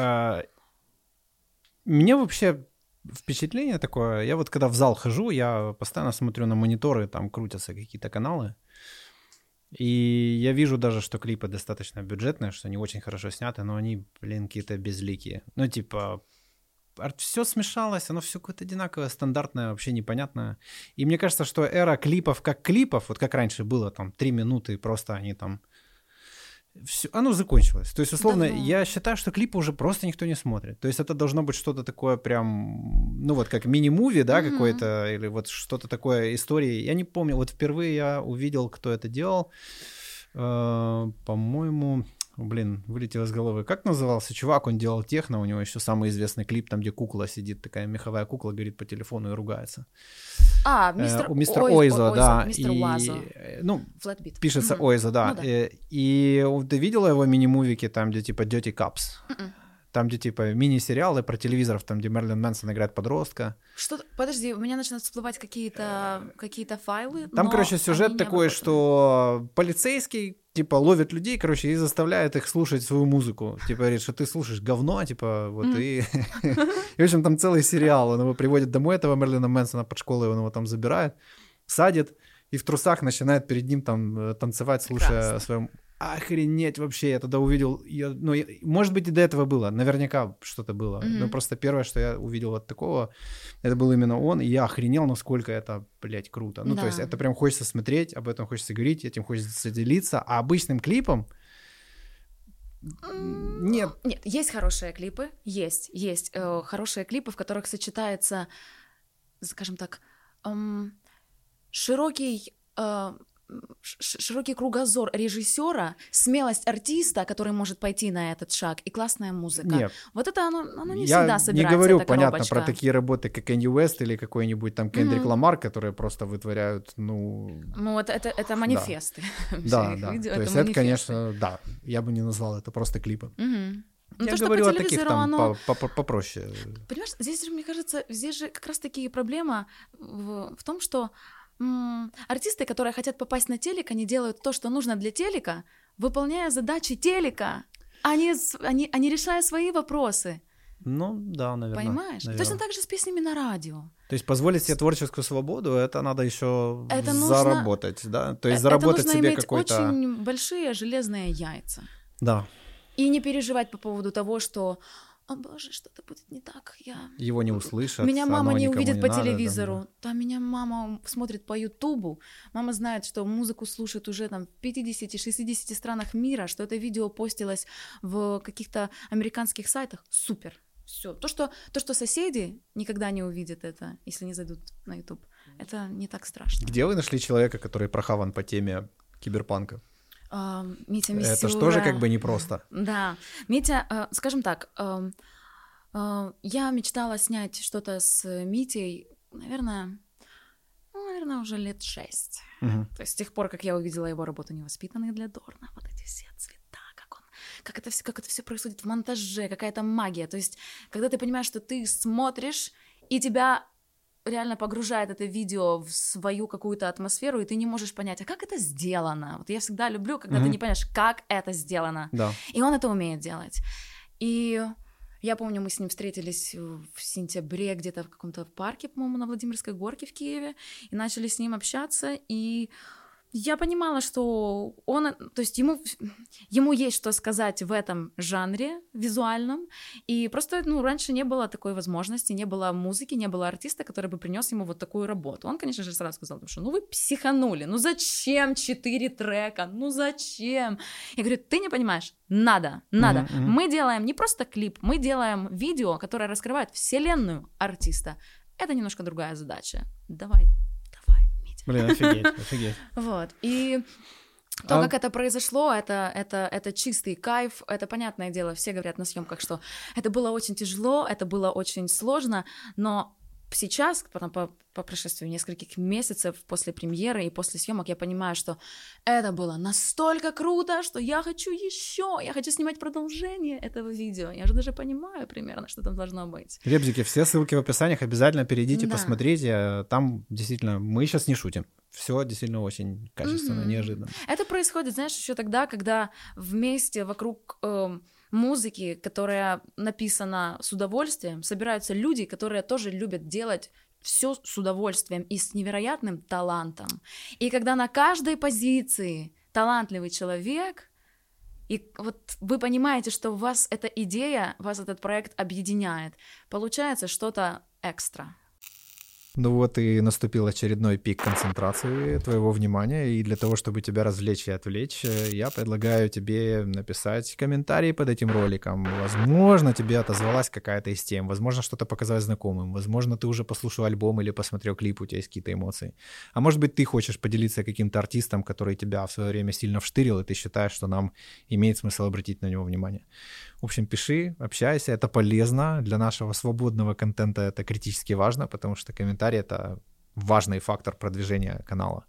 Speaker 2: Мне вообще впечатление такое, я вот когда в зал хожу, я постоянно смотрю на мониторы, там крутятся какие-то каналы, и я вижу даже, что клипы достаточно бюджетные, что они очень хорошо сняты, но они, блин, какие-то безликие. Ну, типа, все смешалось, оно все какое-то одинаковое, стандартное, вообще непонятное. И мне кажется, что эра клипов как клипов, вот как раньше было, там, три минуты, просто они там... Всё, оно закончилось. То есть, условно, Давно. я считаю, что клипы уже просто никто не смотрит. То есть это должно быть что-то такое прям, ну вот как мини-муви, да, mm-hmm. какое-то, или вот что-то такое истории. Я не помню, вот впервые я увидел, кто это делал. Э, по-моему, блин, вылетело из головы. Как назывался чувак? Он делал техно, у него еще самый известный клип, там, где кукла сидит, такая меховая кукла, говорит по телефону и ругается.
Speaker 1: А, мистер,
Speaker 2: э, мистер
Speaker 1: Ойзо,
Speaker 2: Ойзо,
Speaker 1: Ойзо,
Speaker 2: да.
Speaker 1: Мистер
Speaker 2: и,
Speaker 1: Уазо.
Speaker 2: Ну,
Speaker 1: Flatbeat.
Speaker 2: пишется
Speaker 1: Mm-hmm.
Speaker 2: Ойзо, да.
Speaker 1: Ну, да.
Speaker 2: И, и ты видела его мини-мувики, там, где типа Dirty Cops?
Speaker 1: Mm-mm.
Speaker 2: Там, где типа мини-сериалы про телевизоров, там, где Мерлин Мэнсон играет подростка.
Speaker 1: Что? Подожди, у меня начинают всплывать какие-то, какие-то файлы.
Speaker 2: Там, короче, сюжет такой, что полицейский типа ловит людей, короче, и заставляет их слушать свою музыку. Типа говорит, что ты слушаешь говно, типа, вот mm. и... и... в общем, там целый сериал. Он его приводит домой, этого Мерлина Мэнсона, под школой, он его там забирает, садит и в трусах начинает перед ним там танцевать, слушая о своем... Охренеть вообще, я тогда увидел... Я, ну, я, может быть, и до этого было, наверняка что-то было. Mm-hmm. Но просто первое, что я увидел от такого, это был именно он, и я охренел, насколько это, блядь, круто. Ну, да. То есть это прям хочется смотреть, об этом хочется говорить, этим хочется делиться, а обычным клипом нет.
Speaker 1: Нет, есть хорошие клипы, есть, есть э, хорошие клипы, в которых сочетается, скажем так, эм, широкий... Э, широкий кругозор режиссера, смелость артиста, который может пойти на этот шаг, и классная музыка.
Speaker 2: Нет.
Speaker 1: Вот это оно, оно не
Speaker 2: Я
Speaker 1: всегда собирается.
Speaker 2: Я не говорю,
Speaker 1: эта
Speaker 2: понятно,
Speaker 1: коробочка.
Speaker 2: про такие работы, как Кенни Уэст или какой-нибудь там Кендрик
Speaker 1: mm-hmm.
Speaker 2: Ламар, которые просто вытворяют, ну...
Speaker 1: Ну, это, это, это манифесты.
Speaker 2: Да, да.
Speaker 1: Видео,
Speaker 2: то
Speaker 1: это
Speaker 2: есть
Speaker 1: манифесты.
Speaker 2: это, конечно, да, я бы не назвал это просто клипы.
Speaker 1: Mm-hmm. Ну,
Speaker 2: я
Speaker 1: то,
Speaker 2: говорю
Speaker 1: по
Speaker 2: о таких там
Speaker 1: оно...
Speaker 2: попроще.
Speaker 1: Понимаешь, здесь же, мне кажется, здесь же как раз-таки проблема в, в том, что м- артисты, которые хотят попасть на телек, они делают то, что нужно для телека, выполняя задачи телека, а не, а не, а не решая свои вопросы.
Speaker 2: Ну, да, наверное.
Speaker 1: Понимаешь?
Speaker 2: Наверное.
Speaker 1: Точно так же с песнями на радио.
Speaker 2: То есть позволить себе творческую свободу, это надо еще
Speaker 1: это
Speaker 2: заработать,
Speaker 1: нужно...
Speaker 2: да? То есть
Speaker 1: это
Speaker 2: заработать
Speaker 1: нужно
Speaker 2: себе
Speaker 1: иметь
Speaker 2: какой-то...
Speaker 1: очень большие железные яйца.
Speaker 2: Да.
Speaker 1: И не переживать по поводу того, что «О боже, что-то будет не так, я...»
Speaker 2: Его не услышат,
Speaker 1: меня мама не увидит
Speaker 2: не
Speaker 1: по
Speaker 2: надо,
Speaker 1: телевизору,
Speaker 2: да,
Speaker 1: да, меня мама смотрит по Ютубу, мама знает, что музыку слушают уже там в пятидесяти-шестидесяти странах мира, что это видео постилось в каких-то американских сайтах, супер, все. То, что, то, что соседи никогда не увидят это, если не зайдут на Ютуб, это не так страшно.
Speaker 2: Где вы нашли человека, который прохаван по теме киберпанка?
Speaker 1: Uh, Митя Мисюра.
Speaker 2: Это же тоже как бы непросто.
Speaker 1: Да. Митя, uh, скажем так, uh, uh, я мечтала снять что-то с Митей, наверное, ну, наверное, уже лет шесть.
Speaker 2: Uh-huh.
Speaker 1: То есть с тех пор, как я увидела его работу «Невоспитанный для Дорна», вот эти все цвета, как он, как это все, как это все происходит в монтаже, какая-то магия. То есть когда ты понимаешь, что ты смотришь, и тебя реально погружает это видео в свою какую-то атмосферу, и ты не можешь понять, а как это сделано? Вот я всегда люблю, когда mm-hmm. ты не понимаешь, как это сделано.
Speaker 2: Да.
Speaker 1: И он это умеет делать. И я помню, мы с ним встретились в сентябре где-то в каком-то парке, по-моему, на Владимирской горке в Киеве, и начали с ним общаться, и я понимала, что он, то есть ему, ему есть что сказать в этом жанре визуальном, и просто, ну, раньше не было такой возможности, не было музыки, не было артиста, который бы принес ему вот такую работу. Он, конечно же, сразу сказал, что ну вы психанули, ну зачем четыре трека, ну зачем? Я говорю, ты не понимаешь, надо, надо. Mm-hmm, mm-hmm. Мы делаем не просто клип, мы делаем видео, которое раскрывает вселенную артиста. Это немножко другая задача. Давай.
Speaker 2: Блин, офигеть, офигеть.
Speaker 1: Вот, и то,
Speaker 2: а...
Speaker 1: как это произошло, это, это, это чистый кайф, это понятное дело, все говорят на съемках, что это было очень тяжело, это было очень сложно, но сейчас, потом по, по прошествии нескольких месяцев после премьеры и после съемок, я понимаю, что это было настолько круто, что я хочу еще, я хочу снимать продолжение этого видео. Я же даже понимаю примерно, что там должно быть.
Speaker 2: Ребзики, все ссылки в описаниях, обязательно перейдите, да. Посмотрите. Там действительно, мы сейчас не шутим. Все действительно очень качественно, mm-hmm. неожиданно.
Speaker 1: Это происходит, знаешь, еще тогда, когда вместе вокруг... Э, музыки, которая написана с удовольствием, собираются люди, которые тоже любят делать все с удовольствием и с невероятным талантом. И когда на каждой позиции талантливый человек, и вот вы понимаете, что вас эта идея, вас этот проект объединяет, получается что-то экстра.
Speaker 2: Ну вот и наступил очередной пик концентрации твоего внимания, и для того, чтобы тебя развлечь и отвлечь, я предлагаю тебе написать комментарий под этим роликом. Возможно, тебе отозвалась какая-то из тем, возможно, что-то показалось знакомым, возможно, ты уже послушал альбом или посмотрел клип, у тебя есть какие-то эмоции. А может быть, ты хочешь поделиться каким-то артистом, который тебя в свое время сильно вштырил, и ты считаешь, что нам имеет смысл обратить на него внимание. В общем, пиши, общайся, это полезно. Для нашего свободного контента это критически важно, потому что комментарий — это важный фактор продвижения канала.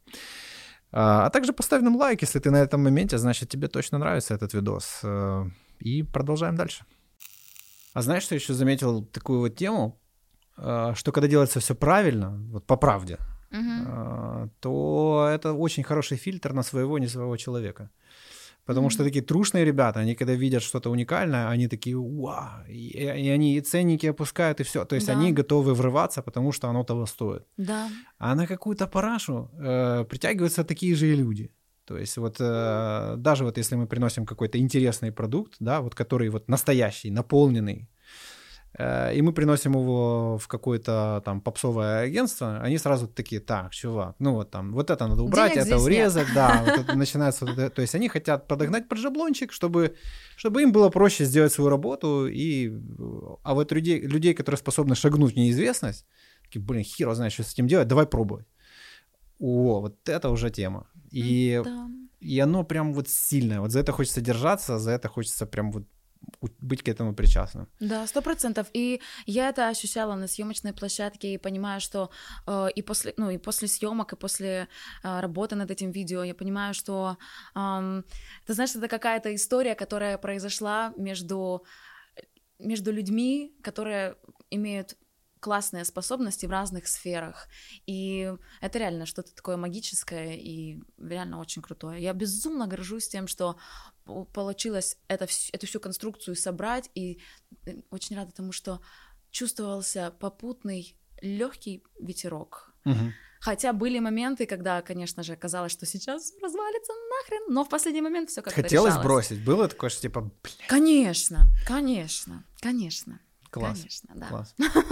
Speaker 2: А также поставь нам лайк, если ты на этом моменте, значит, тебе точно нравится этот видос. И продолжаем дальше. А знаешь, что еще заметил такую вот тему, что когда делается все правильно, вот по правде, uh-huh. то это очень хороший фильтр на своего, не своего человека. Потому mm-hmm. что такие трушные ребята, они когда видят что-то уникальное, они такие вау, и, и они и ценники опускают, и все. То есть да. они готовы врываться, потому что оно того стоит.
Speaker 1: Да.
Speaker 2: А на какую-то парашу э, притягиваются такие же и люди. То есть вот э, даже вот если мы приносим какой-то интересный продукт, да, вот который вот настоящий, наполненный, э, и мы приносим его в какое-то там попсовое агентство, они сразу такие: так, чувак, ну вот там, вот это надо убрать,
Speaker 1: денег
Speaker 2: это урезать, нет. Да, вот это начинается, то есть они хотят подогнать под шаблончик, чтобы, чтобы им было проще сделать свою работу, и, а вот людей, людей, которые способны шагнуть в неизвестность, такие, блин, хер знает, что с этим делать, давай пробовать. О, вот это уже тема. И,
Speaker 1: да.
Speaker 2: и оно прям вот сильное. Вот за это хочется держаться, за это хочется прям вот быть к этому причастным.
Speaker 1: Да, сто процентов. И я это ощущала на съемочной площадке и понимаю, что э, и после, ну и после съемок, и после э, работы над этим видео я понимаю, что э, ты знаешь, это какая-то история, которая произошла между между людьми, которые имеют классные способности в разных сферах. И это реально что-то такое магическое и реально очень крутое. Я безумно горжусь тем, что получилось это, эту всю конструкцию собрать, и очень рада тому, что чувствовался попутный легкий ветерок.
Speaker 2: Угу.
Speaker 1: Хотя были моменты, когда, конечно же, казалось, что сейчас развалится нахрен, но в последний момент все как-то
Speaker 2: Хотелось
Speaker 1: решалось.
Speaker 2: бросить? Было такое, что типа... Блядь.
Speaker 1: Конечно, конечно, конечно.
Speaker 2: Класс.
Speaker 1: Конечно, да.
Speaker 2: Класс.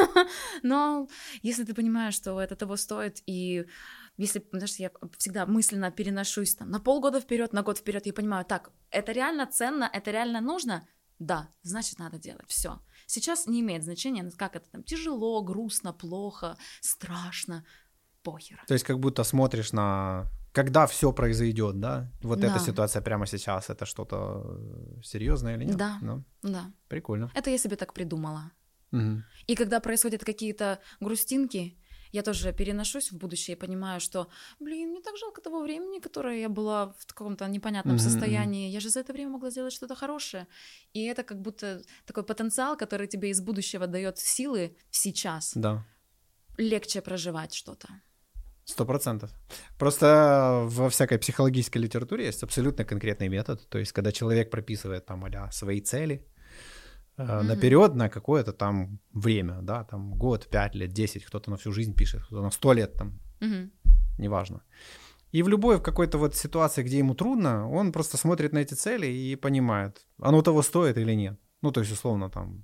Speaker 1: Но если ты понимаешь, что это того стоит, и если, знаешь, я всегда мысленно переношусь там на полгода вперед, на год вперед, я понимаю, так, это реально ценно, это реально нужно, да, значит, надо делать. Все. Сейчас не имеет значения, как это там тяжело, грустно, плохо, страшно, похер.
Speaker 2: То есть как будто смотришь на... Когда все произойдет, да? Вот
Speaker 1: да.
Speaker 2: эта ситуация прямо сейчас, это что-то серьезное или нет?
Speaker 1: Да,
Speaker 2: ну,
Speaker 1: да.
Speaker 2: Прикольно.
Speaker 1: Это я себе так придумала.
Speaker 2: Угу.
Speaker 1: И когда происходят какие-то грустинки, я тоже переношусь в будущее и понимаю, что, блин, мне так жалко того времени, которое я была в каком-то непонятном mm-hmm. состоянии. Я же за это время могла сделать что-то хорошее. И это как будто такой потенциал, который тебе из будущего дает силы сейчас.
Speaker 2: Да.
Speaker 1: Легче проживать что-то.
Speaker 2: Сто процентов. Просто во всякой психологической литературе есть абсолютно конкретный метод. То есть, когда человек прописывает там а-ля свои цели э, mm-hmm. наперед на какое-то там время, да, там год, пять лет, десять, кто-то на всю жизнь пишет, кто-то на сто лет там,
Speaker 1: mm-hmm.
Speaker 2: неважно. И в любой в какой-то вот ситуации, где ему трудно, он просто смотрит на эти цели и понимает, оно того стоит или нет. Ну, то есть, условно, там,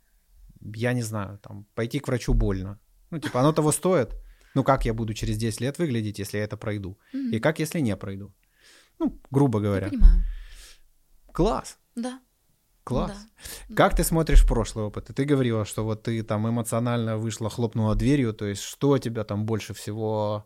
Speaker 2: я не знаю, там, пойти к врачу больно. Ну, типа, оно того стоит. Ну, как я буду через десять лет выглядеть, если я это пройду? Mm-hmm. И как, если не пройду? Ну, грубо говоря.
Speaker 1: Я понимаю.
Speaker 2: Класс.
Speaker 1: Да.
Speaker 2: Класс.
Speaker 1: Да.
Speaker 2: Как да. ты смотришь в прошлый опыт? И ты говорила, что вот ты там эмоционально вышла, хлопнула дверью, то есть что тебя там больше всего...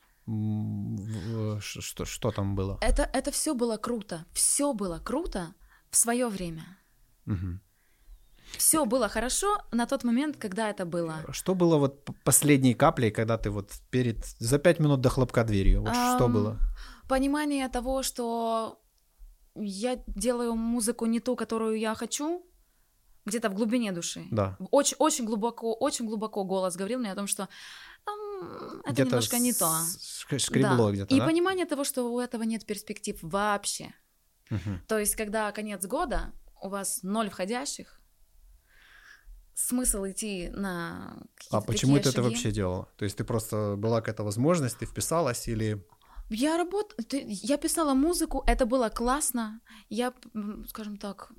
Speaker 2: Что, что там было?
Speaker 1: Это, это все было круто. Все было круто в свое время.
Speaker 2: Угу.
Speaker 1: Все было хорошо на тот момент, когда это было.
Speaker 2: Что было вот последней каплей, когда ты вот перед за пять минут до хлопка дверью? Вот um, что было?
Speaker 1: Понимание того, что я делаю музыку не ту, которую я хочу, где-то в глубине души.
Speaker 2: Да.
Speaker 1: Очень, очень глубоко, очень глубоко голос говорил мне о том, что um, это
Speaker 2: где-то
Speaker 1: немножко не то.
Speaker 2: Скребло
Speaker 1: да.
Speaker 2: где-то,
Speaker 1: И
Speaker 2: да?
Speaker 1: понимание того, что у этого нет перспектив вообще.
Speaker 2: Uh-huh.
Speaker 1: То есть, когда конец года, у вас ноль входящих, смысл идти на какие-то
Speaker 2: А почему ты
Speaker 1: шаги?
Speaker 2: это вообще делала? То есть ты просто была какая-то возможность, ты вписалась или...
Speaker 1: Я работала, я писала музыку, это было классно. Я, скажем так,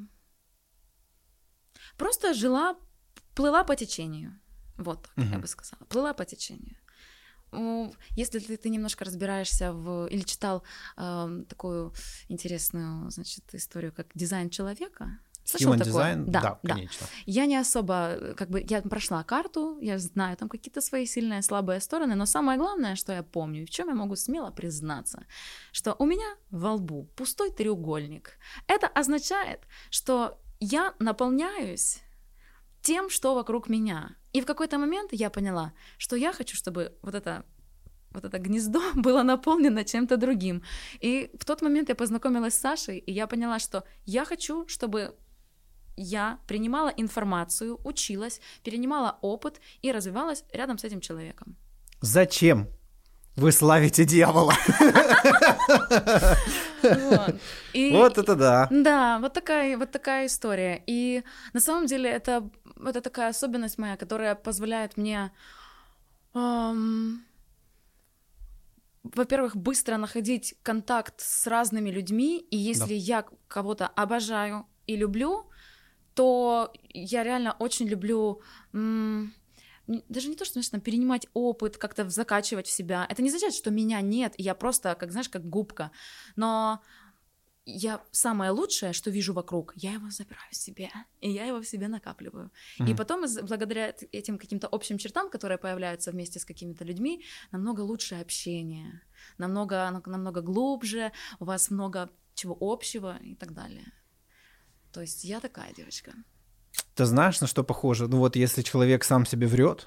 Speaker 1: просто жила, плыла по течению. Вот так, uh-huh. я бы сказала. Плыла по течению. Если ты, ты немножко разбираешься в... Или читал э, такую интересную, значит, историю, как дизайн человека... Слышал
Speaker 2: Human
Speaker 1: такое?
Speaker 2: design?
Speaker 1: Да,
Speaker 2: да,
Speaker 1: да,
Speaker 2: конечно.
Speaker 1: Я не особо, как бы, я прошла карту, я знаю там какие-то свои сильные, слабые стороны, но самое главное, что я помню, в чем я могу смело признаться, что у меня во лбу пустой треугольник. Это означает, что я наполняюсь тем, что вокруг меня. И в какой-то момент я поняла, что я хочу, чтобы вот это вот это гнездо было наполнено чем-то другим. И в тот момент я познакомилась с Сашей, и я поняла, что я хочу, чтобы я принимала информацию, училась, перенимала опыт и развивалась рядом с этим человеком.
Speaker 2: Зачем вы славите дьявола? Вот это да.
Speaker 1: Да, вот такая вот такая история. И на самом деле это это такая особенность моя, которая позволяет мне, во-первых, быстро находить контакт с разными людьми, и если я кого-то обожаю и люблю, то я реально очень люблю м- даже не то, что, знаешь, перенимать опыт, как-то закачивать в себя. Это не означает, что меня нет, и я просто, как знаешь, как губка. Но я самое лучшее, что вижу вокруг, я его забираю в себе, и я его в себе накапливаю. Mm-hmm. И потом, благодаря этим каким-то общим чертам, которые появляются вместе с какими-то людьми, намного лучше общение, намного, намного глубже, у вас много чего общего и так далее. То есть я такая девочка.
Speaker 2: Ты знаешь, на что похоже? Ну вот если человек сам себе врет,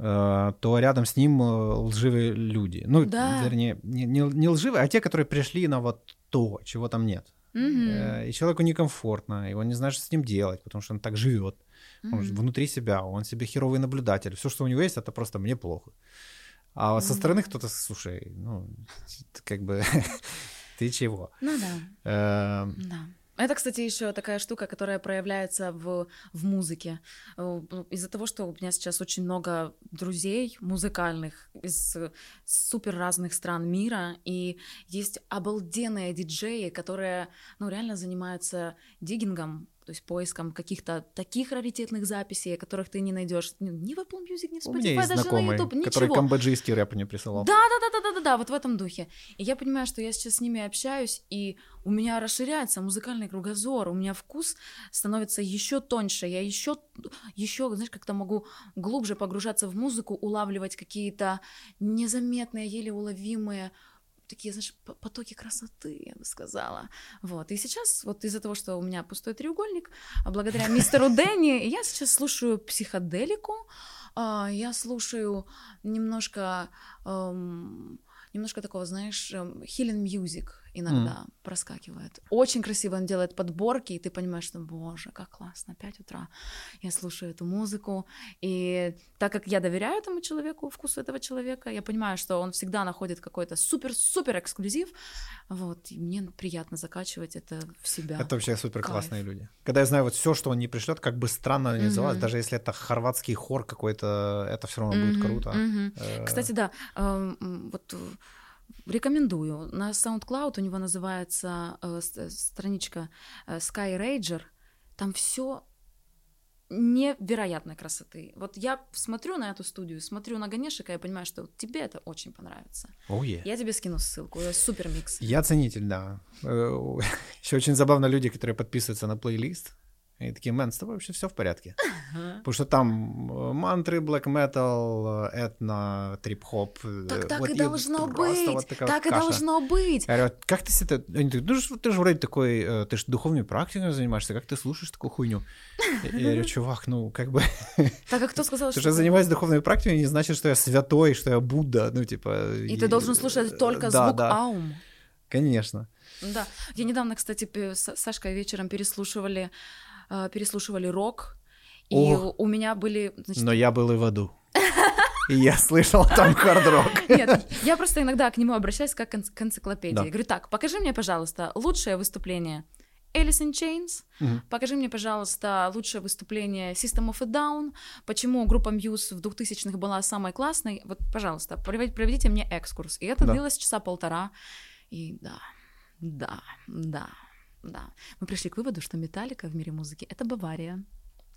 Speaker 2: то рядом с ним лживые люди. Ну,
Speaker 1: да.
Speaker 2: вернее, не, не, не лживые, а те, которые пришли на вот то, чего там нет.
Speaker 1: Mm-hmm.
Speaker 2: И человеку некомфортно, и он не знает, что с ним делать, потому что он так живет. Он mm-hmm. внутри себя, он себе херовый наблюдатель. Все, что у него есть, это просто мне плохо. А mm-hmm. со стороны кто-то, слушай, ну, как бы, ты чего?
Speaker 1: Ну да. Да. Это, кстати, еще такая штука, которая проявляется в, в музыке. Из-за того, что у меня сейчас очень много друзей музыкальных из супер разных стран мира, и есть обалденные диджеи, которые, ну, реально занимаются диггингом, то есть поиском каких-то таких раритетных записей, которых ты не найдешь ни в Apple Music, ни в Spotify,
Speaker 2: у меня есть
Speaker 1: даже
Speaker 2: знакомый,
Speaker 1: на YouTube, ничего.
Speaker 2: который камбоджийский рэп мне присылал.
Speaker 1: Да, да, да, да, да, да, вот в этом духе. И я понимаю, что я сейчас с ними общаюсь, и у меня расширяется музыкальный кругозор, у меня вкус становится еще тоньше, я еще, еще, знаешь, как-то могу глубже погружаться в музыку, улавливать какие-то незаметные, еле уловимые такие, знаешь, потоки красоты, я бы сказала. Вот. И сейчас вот из-за того, что у меня пустой треугольник, благодаря мистеру Дэнни, я сейчас слушаю психоделику, я слушаю немножко, немножко такого, знаешь, healing music иногда mm. проскакивает. Очень красиво он делает подборки, и ты понимаешь, что, боже, как классно, пять утра я слушаю эту музыку, и так как я доверяю этому человеку, вкусу этого человека, я понимаю, что он всегда находит какой-то супер-супер эксклюзив, вот, и мне приятно закачивать это в себя.
Speaker 2: Это вообще супер классные люди. Когда я знаю вот все, что он не пришлет, как бы странно ни называлось, mm-hmm. даже если это хорватский хор какой-то, это все равно mm-hmm. будет круто.
Speaker 1: Mm-hmm. Э- Кстати, да, э- вот рекомендую. На SoundCloud у него называется э, страничка э, Sky Rager. Там все невероятной красоты. Вот я смотрю на эту студию, смотрю на Ганешика, и понимаю, что тебе это очень понравится.
Speaker 2: Oh, yeah.
Speaker 1: Я тебе скину ссылку. Супер микс.
Speaker 2: Я ценитель, да. Еще очень забавно люди, которые подписываются на плейлист. И такие, мэн, с тобой вообще все в порядке. Uh-huh. Потому что там мантры, блэк метал, этно, трип-хоп.
Speaker 1: Так так
Speaker 2: вот
Speaker 1: и должно быть. Вот так
Speaker 2: каша.
Speaker 1: И должно быть.
Speaker 2: Я говорю, как ты себя... Они говорят, ну ты же вроде такой, ты же духовной практикой занимаешься, как ты слушаешь такую хуйню? Я говорю, чувак, ну как бы...
Speaker 1: Так а кто сказал,
Speaker 2: что... Что я занимаюсь духовной практикой, не значит, что я святой, что я Будда, ну типа...
Speaker 1: И ты должен слушать только звук аум.
Speaker 2: Конечно.
Speaker 1: Да. Я недавно, кстати, с Сашкой вечером переслушивали переслушивали рок, и Ох, у меня были...
Speaker 2: Значит... Но я был и в аду. И я слышал там хард-рок.
Speaker 1: Нет, я просто иногда к нему обращаюсь как к энциклопедии. Да. Говорю, так, покажи мне, пожалуйста, лучшее выступление Alice in Chains, угу. покажи мне, пожалуйста, лучшее выступление System of a Down, почему группа Muse в двухтысячных была самой классной. Вот, пожалуйста, проведите мне экскурс. И это да. длилось часа полтора. И да, да, да. Да, мы пришли к выводу, что Металлика в мире музыки — это Бавария.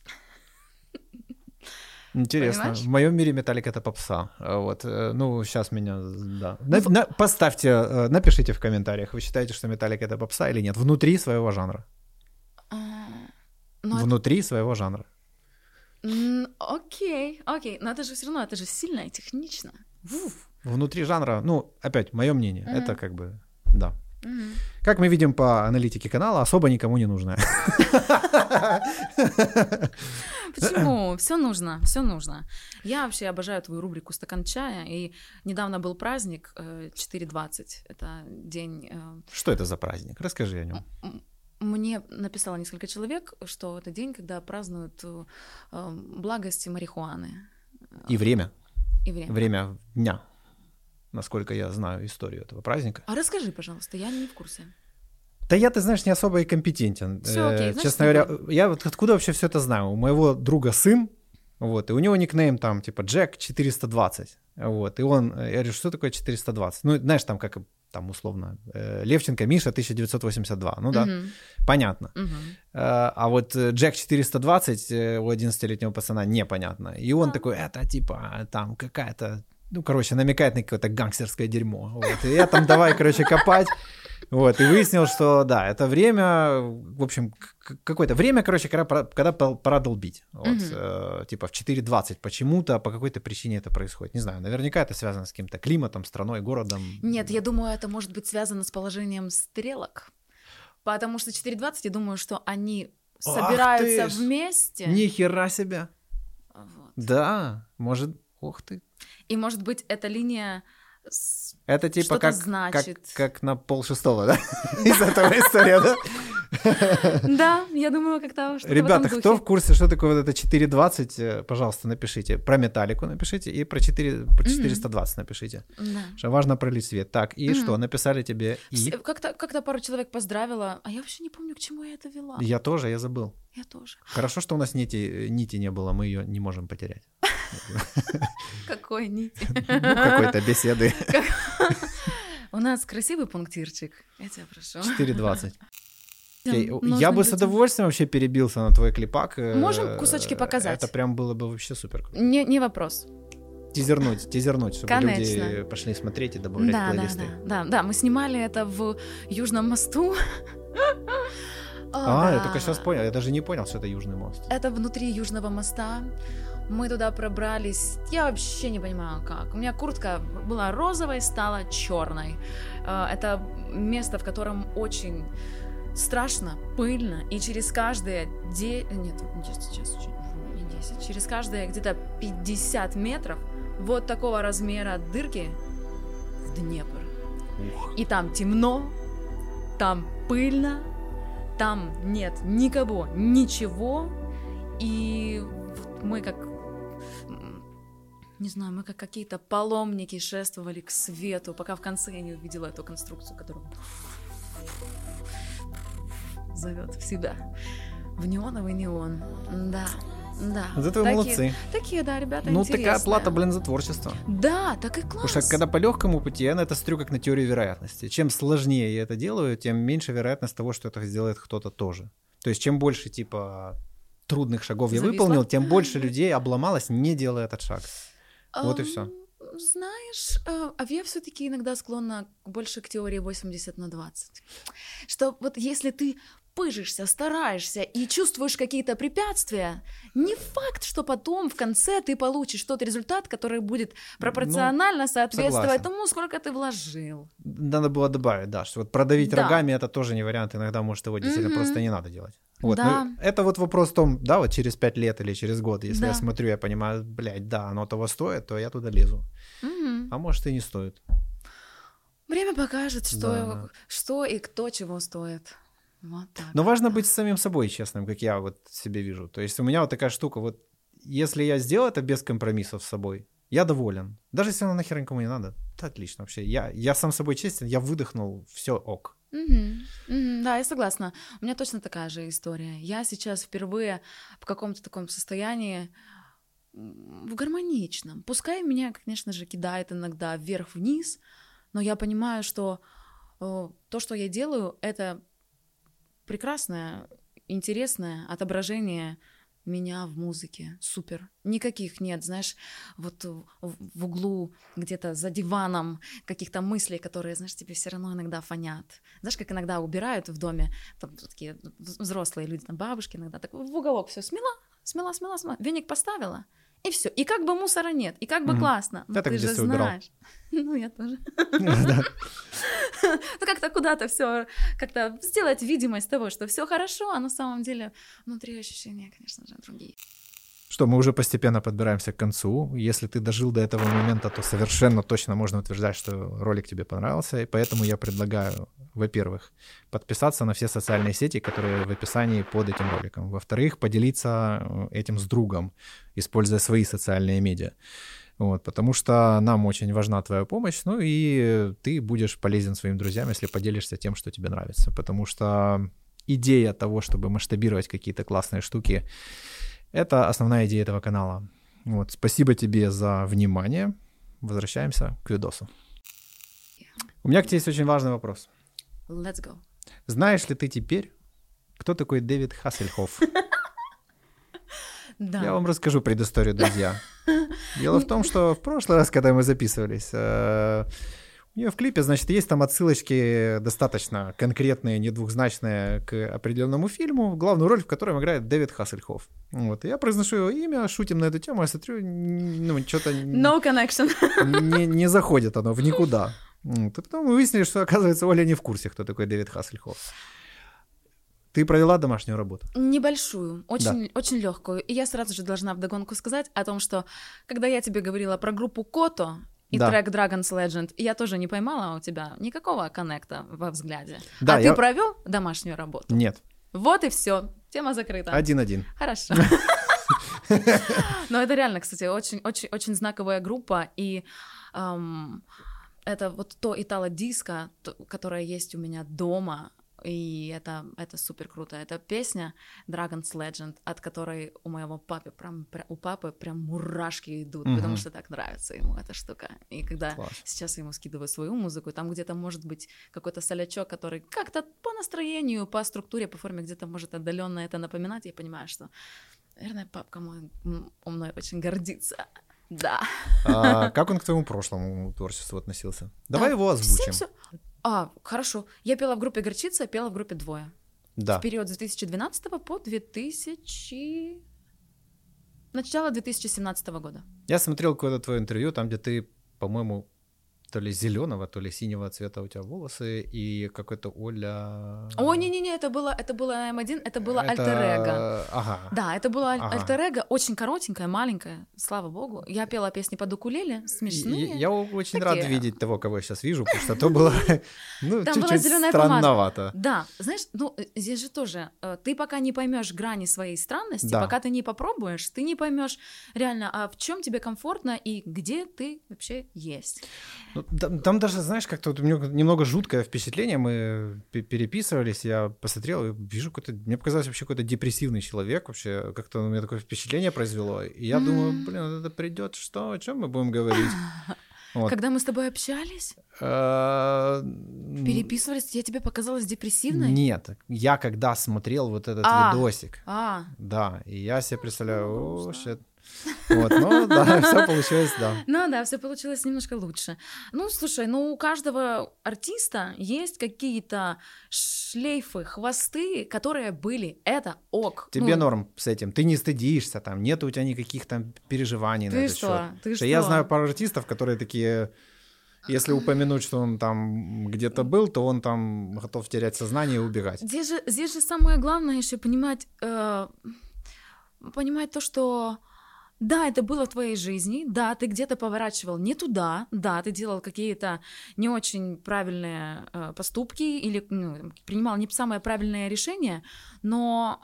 Speaker 2: Интересно.
Speaker 1: Понимаешь?
Speaker 2: В моем мире Металлика — это попса. Вот, ну, сейчас меня, да. На, на, поставьте, напишите в комментариях, вы считаете, что Металлика — это попса или нет? Внутри своего жанра.
Speaker 1: А,
Speaker 2: Внутри это... своего жанра.
Speaker 1: М- окей, окей. Но это же все равно, это же сильно и технично. Уф.
Speaker 2: Внутри жанра, ну, опять, мое мнение, mm-hmm. это как бы, да.
Speaker 1: Mm-hmm.
Speaker 2: Как мы видим по аналитике канала, особо никому не нужно.
Speaker 1: Почему? Все нужно, все нужно. Я вообще обожаю твою рубрику «Стакан чая», и недавно был праздник четыре двадцать, это день...
Speaker 2: Что это за праздник? Расскажи о нем.
Speaker 1: Мне написало несколько человек, что это день, когда празднуют благости марихуаны.
Speaker 2: И время.
Speaker 1: И время.
Speaker 2: Время дня. Насколько я знаю историю этого праздника.
Speaker 1: А расскажи, пожалуйста, я не в курсе.
Speaker 2: Да я, ты знаешь, не особо и компетентен.
Speaker 1: Всё, окей, значит,
Speaker 2: честно говоря, я вот откуда вообще все это знаю? У моего друга сын, вот, и у него никнейм там типа Джек четыреста двадцать, вот, и он, я говорю, что такое четыреста двадцать? Ну, знаешь, там как там условно Левченко Миша тысяча девятьсот восемьдесят два, ну да, угу. понятно.
Speaker 1: Угу.
Speaker 2: А вот Джек четыреста двадцать у одиннадцатилетнего пацана непонятно, и он а. такой, это типа там какая-то... Ну, короче, намекает на какое-то гангстерское дерьмо. Вот. И я там давай, короче, копать. Вот, и выяснил, что да, это время, в общем, какое-то время, короче, когда, когда пора долбить. Вот, mm-hmm. э, типа в четыре двадцать почему-то, по какой-то причине это происходит. Не знаю, наверняка это связано с каким-то климатом, страной, городом.
Speaker 1: Нет, я думаю, это может быть связано с положением стрелок. Потому что четыре двадцать, я думаю, что они собираются вместе.
Speaker 2: Ни хера себе.
Speaker 1: Вот.
Speaker 2: Да, может, ух ты.
Speaker 1: И может быть, эта линия...
Speaker 2: Это типа как,
Speaker 1: значит.
Speaker 2: Как, как на полшестого, да? Из этого история, да?
Speaker 1: Да, я думаю, как-то что-то
Speaker 2: Ребята,
Speaker 1: в этом духе.
Speaker 2: кто в курсе, что такое вот это четыре двадцать, пожалуйста, напишите. Про металлику напишите и про, четыре, про четыреста двадцать mm-hmm. напишите.
Speaker 1: Да.
Speaker 2: Что важно пролить свет. Так, и mm-hmm. что, написали тебе и...
Speaker 1: Как-то, как-то пару человек поздравила, а я вообще не помню, к чему я это вела.
Speaker 2: Я тоже, я забыл.
Speaker 1: Я тоже.
Speaker 2: Хорошо, что у нас нити, нити не было, мы ее не можем потерять.
Speaker 1: Какой нити?
Speaker 2: Ну, какой-то беседы.
Speaker 1: У нас красивый пунктирчик, я тебя прошу.
Speaker 2: четыре двадцать. Okay. Я бы с удовольствием вообще перебился на твой клипак.
Speaker 1: Можем кусочки показать?
Speaker 2: Это прям было бы вообще супер.
Speaker 1: Не, не вопрос.
Speaker 2: Тизернуть, тизернуть, чтобы
Speaker 1: Конечно.
Speaker 2: люди пошли смотреть и добавлять
Speaker 1: да,
Speaker 2: плейлисты.
Speaker 1: Да, да, да, да, мы снимали это в Южном мосту.
Speaker 2: А, я только сейчас понял, я даже не понял, что это Южный мост.
Speaker 1: Это внутри Южного моста. Мы туда пробрались. Я вообще не понимаю, как. У меня куртка была розовой, стала черной. Это место, в котором очень страшно, пыльно, и через каждые де... нет, сейчас не десять, через каждые где-то пятьдесят метров вот такого размера дырки в Днепр.
Speaker 2: Ух. И
Speaker 1: там темно, там пыльно, там нет никого, ничего, и мы как, не знаю, мы как какие-то паломники шествовали к свету, пока в конце я не увидела эту конструкцию, которую зовет в себя. В неоновый неон. Да, да.
Speaker 2: Вот это вы такие, молодцы.
Speaker 1: Такие, да, ребята,
Speaker 2: ну,
Speaker 1: интересные.
Speaker 2: такая плата, блин, за творчество.
Speaker 1: Да, так и класс.
Speaker 2: Потому что когда по легкому пути, я на это смотрю как на теорию вероятности. Чем сложнее я это делаю, тем меньше вероятность того, что это сделает кто-то тоже. То есть чем больше, типа, трудных шагов я
Speaker 1: Зависла?
Speaker 2: выполнил, тем больше людей обломалось, не делая этот шаг. Вот um, и все.
Speaker 1: Знаешь, а я все-таки иногда склонна больше к теории восемьдесят на двадцать. Что вот если ты пыжишься, стараешься и чувствуешь какие-то препятствия, не факт, что потом в конце ты получишь тот результат, который будет пропорционально ну, соответствовать согласен. Тому, сколько ты вложил.
Speaker 2: Надо было добавить, да, что вот продавить
Speaker 1: да.
Speaker 2: рогами это тоже не вариант, иногда, может, его действительно mm-hmm. просто не надо делать. Вот,
Speaker 1: да.
Speaker 2: ну, это вот вопрос в том, да, вот через пять лет или через год, если
Speaker 1: да.
Speaker 2: я смотрю, я понимаю, блядь, да, оно того стоит, то я туда лезу.
Speaker 1: Mm-hmm.
Speaker 2: А может и не стоит.
Speaker 1: Время покажет, что,
Speaker 2: да.
Speaker 1: что и кто чего стоит. Вот так.
Speaker 2: Но важно быть самим собой честным, как я вот себе вижу. То есть у меня вот такая штука, вот если я сделал это без компромиссов с собой, я доволен. Даже если оно нахер никому не надо, то отлично вообще. Я, я сам собой честен, я выдохнул, все ок.
Speaker 1: Mm-hmm. Mm-hmm. Да, я согласна. У меня точно такая же история. Я сейчас впервые в каком-то таком состоянии в гармоничном. Пускай меня, конечно же, кидает иногда вверх-вниз, но я понимаю, что э, то, что я делаю, это прекрасное, интересное отображение меня в музыке. Супер. Никаких нет, знаешь, вот в углу, где-то за диваном каких-то мыслей, которые, знаешь, тебе все равно иногда фонят. Знаешь, как иногда убирают в доме, там такие взрослые люди, там бабушки иногда, так в уголок все смела, смела, смела, смела, веник поставила, и все. И как бы мусора нет, и как бы mm-hmm. классно. Но
Speaker 2: я
Speaker 1: ты
Speaker 2: так
Speaker 1: же знаешь. Ну, я тоже. Ну, как-то куда-то все, как-то сделать видимость того, что все хорошо, а на самом деле внутри ощущения, конечно же, другие.
Speaker 2: Что, мы уже постепенно подбираемся к концу. Если ты дожил до этого момента, то совершенно точно можно утверждать, что ролик тебе понравился. И поэтому я предлагаю, во-первых, подписаться на все социальные сети, которые в описании под этим роликом. Во-вторых, поделиться этим с другом, используя свои социальные медиа. Вот, потому что нам очень важна твоя помощь, ну и ты будешь полезен своим друзьям, если поделишься тем, что тебе нравится. Потому что идея того, чтобы масштабировать какие-то классные штуки, это основная идея этого канала. Вот, спасибо тебе за внимание. Возвращаемся к видосу. У меня к тебе есть очень важный вопрос.
Speaker 1: Let's go.
Speaker 2: Знаешь ли ты теперь, кто такой Дэвид Хассельхофф?
Speaker 1: Да.
Speaker 2: Я вам расскажу предысторию, друзья. Дело в том, что в прошлый раз, когда мы записывались, У нее в клипе, значит, есть там отсылочки достаточно конкретные, не двухзначные к определенному фильму, главную роль в котором играет Дэвид Хассельхофф. Вот. И я произношу его имя, шутим на эту тему, я смотрю, ну, что-то...
Speaker 1: No connection.
Speaker 2: Не, не заходит оно в никуда. Вот. И потом мы выяснили, что, оказывается, Оля не в курсе, кто такой Дэвид Хассельхофф. Ты провела домашнюю работу?
Speaker 1: Небольшую, очень,
Speaker 2: Да.
Speaker 1: очень легкую. И я сразу же должна вдогонку сказать о том, что когда я тебе говорила про группу Кото и
Speaker 2: Да.
Speaker 1: трек Dragon's Legend, я тоже не поймала у тебя никакого коннекта во взгляде.
Speaker 2: Да,
Speaker 1: а
Speaker 2: я-
Speaker 1: ты провел домашнюю работу?
Speaker 2: Нет.
Speaker 1: Вот и все. Тема закрыта.
Speaker 2: Один-один.
Speaker 1: Хорошо. Но это реально, кстати, очень-очень-очень знаковая группа, и эм, это вот то итало-диско, то- которое есть у меня дома, и это, это супер круто. Это песня Dragon's Legend, от которой у моего папы прям, прям- у папы прям мурашки идут,
Speaker 2: Мгм.
Speaker 1: потому что так нравится ему эта штука. И когда
Speaker 2: Класс.
Speaker 1: сейчас я ему скидываю свою музыку, там где-то может быть какой-то солячок, который как-то по настроению, по структуре, по форме где-то может отдаленно это напоминать, я понимаю, что, наверное, папка мой м, мной очень гордится. Да.
Speaker 2: А как он к твоему прошлому творчеству относился? Давай
Speaker 1: А,
Speaker 2: его озвучим.
Speaker 1: всем всё- А, хорошо. Я пела в группе «Горчица», пела в группе «Двое».
Speaker 2: Да.
Speaker 1: В период с две тысячи двенадцатого по две тысячи... Начало две тысячи семнадцатого года.
Speaker 2: Я смотрел какое-то твое интервью, там, где ты, по-моему, то ли зеленого, то ли синего цвета у тебя волосы, и какой-то Оля...
Speaker 1: О, не-не-не, это было, это было эм один, это было
Speaker 2: Это-
Speaker 1: альтер-эго.
Speaker 2: Ага.
Speaker 1: Да, это было аль-
Speaker 2: Ага.
Speaker 1: альтер-эго, очень коротенькое, маленькое, слава богу. Я пела песни под укулеле, смешные.
Speaker 2: И- Я очень
Speaker 1: Такие.
Speaker 2: рад видеть того, кого я сейчас вижу, потому что то было, ну,
Speaker 1: Там была
Speaker 2: чуть-чуть
Speaker 1: зелёная помада.
Speaker 2: странновато.
Speaker 1: Да, знаешь, ну э, здесь же тоже, э, ты пока не поймешь грани своей странности,
Speaker 2: Да.
Speaker 1: пока ты не попробуешь, ты не поймешь реально, а в чем тебе комфортно и где ты вообще есть.
Speaker 2: Ну, там, там даже, знаешь, как-то вот у меня немного жуткое впечатление, мы пе- переписывались, я посмотрел и вижу какой-то, мне показалось вообще какой-то депрессивный человек, вообще как-то у меня такое впечатление произвело, и я думаю,
Speaker 1: М.
Speaker 2: блин, вот это придет, что, о чем мы будем говорить? Вот.
Speaker 1: Когда мы с тобой общались,
Speaker 2: А, м,
Speaker 1: переписывались, я тебе показалась депрессивной?
Speaker 2: Нет, я когда смотрел вот этот
Speaker 1: А.
Speaker 2: видосик,
Speaker 1: А,
Speaker 2: да, и я себе представляю,
Speaker 1: было
Speaker 2: о,
Speaker 1: грустно.
Speaker 2: щет. Вот, ну да, все получилось, да.
Speaker 1: ну да, все получилось немножко лучше. Ну, слушай, ну у каждого артиста есть какие-то шлейфы, хвосты, которые были. Это ок.
Speaker 2: Тебе
Speaker 1: Ну,
Speaker 2: норм с этим, ты не стыдишься, там, нет у тебя никаких там переживаний на
Speaker 1: Ты
Speaker 2: этот
Speaker 1: что?
Speaker 2: счет.
Speaker 1: Ты
Speaker 2: Что Я
Speaker 1: что?
Speaker 2: знаю пару артистов, которые такие, если упомянуть, что он там где-то был, то он там готов терять сознание и убегать.
Speaker 1: Здесь же, здесь же самое главное еще понимать, э, понимать то, что да, это было в твоей жизни, да, ты где-то поворачивал не туда, да, ты делал какие-то не очень правильные э, поступки или ну, принимал не самое правильное решение, но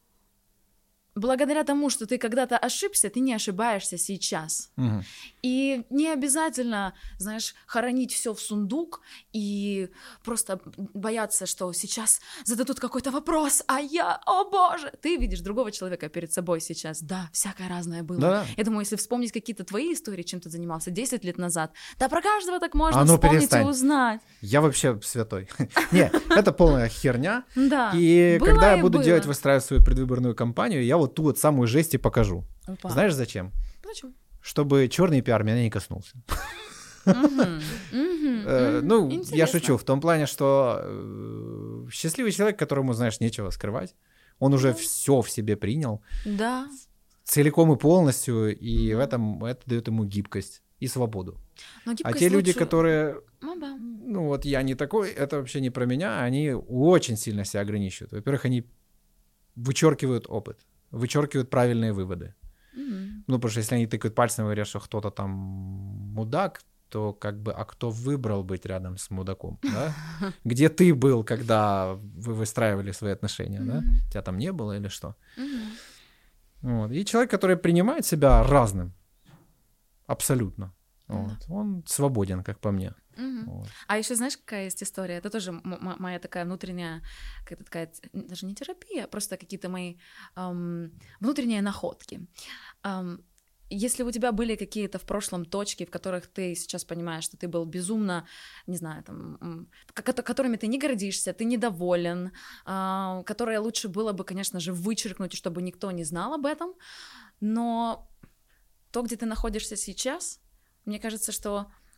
Speaker 1: благодаря тому, что ты когда-то ошибся, ты не ошибаешься сейчас.
Speaker 2: Мгм.
Speaker 1: И не обязательно, знаешь, хоронить все в сундук и просто бояться, что сейчас зададут какой-то вопрос, а я, о боже, ты видишь другого человека перед собой сейчас. Да, всякое разное было.
Speaker 2: Да.
Speaker 1: Я думаю, если вспомнить какие-то твои истории, чем ты занимался десять лет назад, да про каждого так можно
Speaker 2: А ну,
Speaker 1: вспомнить
Speaker 2: перестань.
Speaker 1: и узнать.
Speaker 2: Я вообще святой. Не, это полная херня.
Speaker 1: Да.
Speaker 2: И
Speaker 1: Было
Speaker 2: когда
Speaker 1: и
Speaker 2: я буду
Speaker 1: было.
Speaker 2: делать, выстраивать свою предвыборную кампанию, я вот ту вот самую жесть и покажу.
Speaker 1: Опа.
Speaker 2: Знаешь зачем?
Speaker 1: Почему?
Speaker 2: Чтобы черный пиар меня не коснулся.
Speaker 1: Мгм, мгм,
Speaker 2: Э,
Speaker 1: мгм.
Speaker 2: Ну, я
Speaker 1: Интересно.
Speaker 2: шучу в том плане, что э, счастливый человек, которому, знаешь, нечего скрывать, он уже все в себе принял
Speaker 1: Да.
Speaker 2: целиком и полностью, и в
Speaker 1: Мгм.
Speaker 2: этом это дает ему гибкость и свободу.
Speaker 1: Но
Speaker 2: А
Speaker 1: гибкость
Speaker 2: те люди,
Speaker 1: лучше-
Speaker 2: которые,
Speaker 1: Ну да.
Speaker 2: ну вот я не такой, это вообще не про меня, они очень сильно себя ограничивают. Во-первых, они вычеркивают опыт, вычеркивают правильные выводы.
Speaker 1: Мгм.
Speaker 2: Ну, потому что если они тыкают пальцем и говорят, что кто-то там мудак, то как бы, а кто выбрал быть рядом с мудаком, да? Где ты был, когда вы выстраивали свои отношения, да?
Speaker 1: Мгм.
Speaker 2: Тебя там не было или что?
Speaker 1: Мгм.
Speaker 2: Вот. И человек, который принимает себя разным, абсолютно, вот, он свободен, как по мне.
Speaker 1: Мгм.
Speaker 2: Вот.
Speaker 1: А еще знаешь, какая есть история? Это тоже м- м- моя такая внутренняя, как-то такая, т- даже не терапия, а просто какие-то мои ам, внутренние находки. Ам, если у тебя были какие-то в прошлом точки, в которых ты сейчас понимаешь, что ты был безумно, не знаю, там, м, ко- которыми ты не гордишься, ты недоволен, а, которые лучше было бы, конечно же, вычеркнуть, чтобы никто не знал об этом, но то, где ты находишься сейчас, мне кажется, что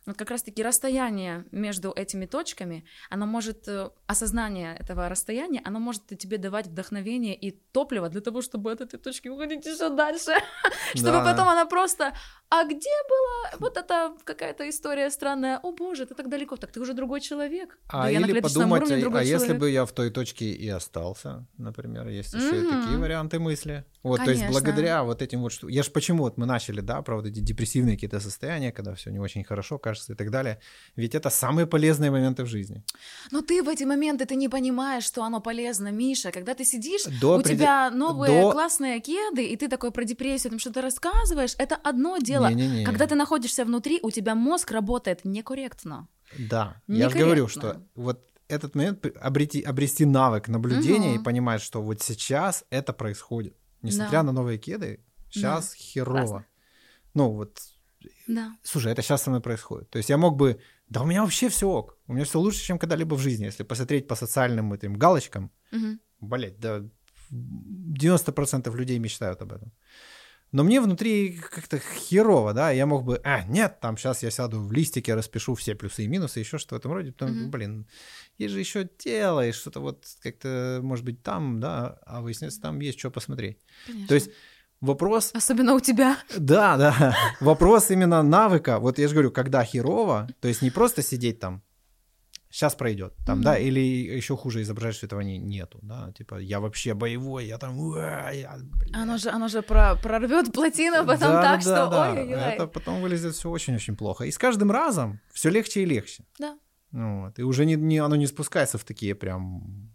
Speaker 1: вот как раз-таки расстояние между этими точками, оно может, осознание этого расстояния, оно может тебе давать вдохновение и топливо для того, чтобы от этой точки уходить еще дальше, чтобы потом она просто, а где была вот эта какая-то история странная, о боже, это так далеко, так ты уже другой человек.
Speaker 2: А или подумать, а если бы я в той точке и остался, например, есть еще и такие варианты мысли. Вот, то есть благодаря вот этим вот, я ж почему вот мы начали, да, про вот эти депрессивные какие-то состояния, когда все не очень хорошо кажется и так далее, ведь это самые полезные моменты в жизни.
Speaker 1: Но ты в эти моменты, ты не понимаешь, что оно полезно, Миша, когда ты сидишь, до у пред... тебя новые до... классные кеды, и ты такой про депрессию, там что-то рассказываешь, это одно дело. Не-не-не. Когда ты находишься внутри, у тебя мозг работает некорректно.
Speaker 2: Да, я же говорю, что вот этот момент обрети, обрести навык наблюдения угу. и понимать, что вот сейчас это происходит. Несмотря да. на новые кеды, сейчас да. херово. Классно. Ну вот,
Speaker 1: да.
Speaker 2: слушай, это сейчас со мной происходит. То есть я мог бы, да у меня вообще все ок, у меня все лучше, чем когда-либо в жизни. Если посмотреть по социальным этим галочкам,
Speaker 1: угу.
Speaker 2: блять, да девяносто процентов людей мечтают об этом. Но мне внутри как-то херово, да, я мог бы, а, нет, там сейчас я сяду в листике, распишу все плюсы и минусы, еще что-то в этом роде, потом, mm-hmm. блин, есть же еще тело, и что-то вот как-то, может быть, там, да, а выясняется, там есть что посмотреть.
Speaker 1: Конечно.
Speaker 2: То есть вопрос...
Speaker 1: Особенно у тебя.
Speaker 2: Да, да, вопрос именно навыка, вот я же говорю, когда херово, то есть не просто сидеть там, сейчас пройдет, там, mm-hmm. да, или еще хуже изображать, что этого не, нету, да, типа, я вообще боевой, я там, уа, я,
Speaker 1: оно же, оно же про, прорвет плотину потом
Speaker 2: да,
Speaker 1: так,
Speaker 2: да,
Speaker 1: что
Speaker 2: да,
Speaker 1: ой-ой-ой.
Speaker 2: Это потом вылезет все очень-очень плохо, и с каждым разом все легче и легче.
Speaker 1: Да.
Speaker 2: Вот, и уже не, не, оно не спускается в такие прям...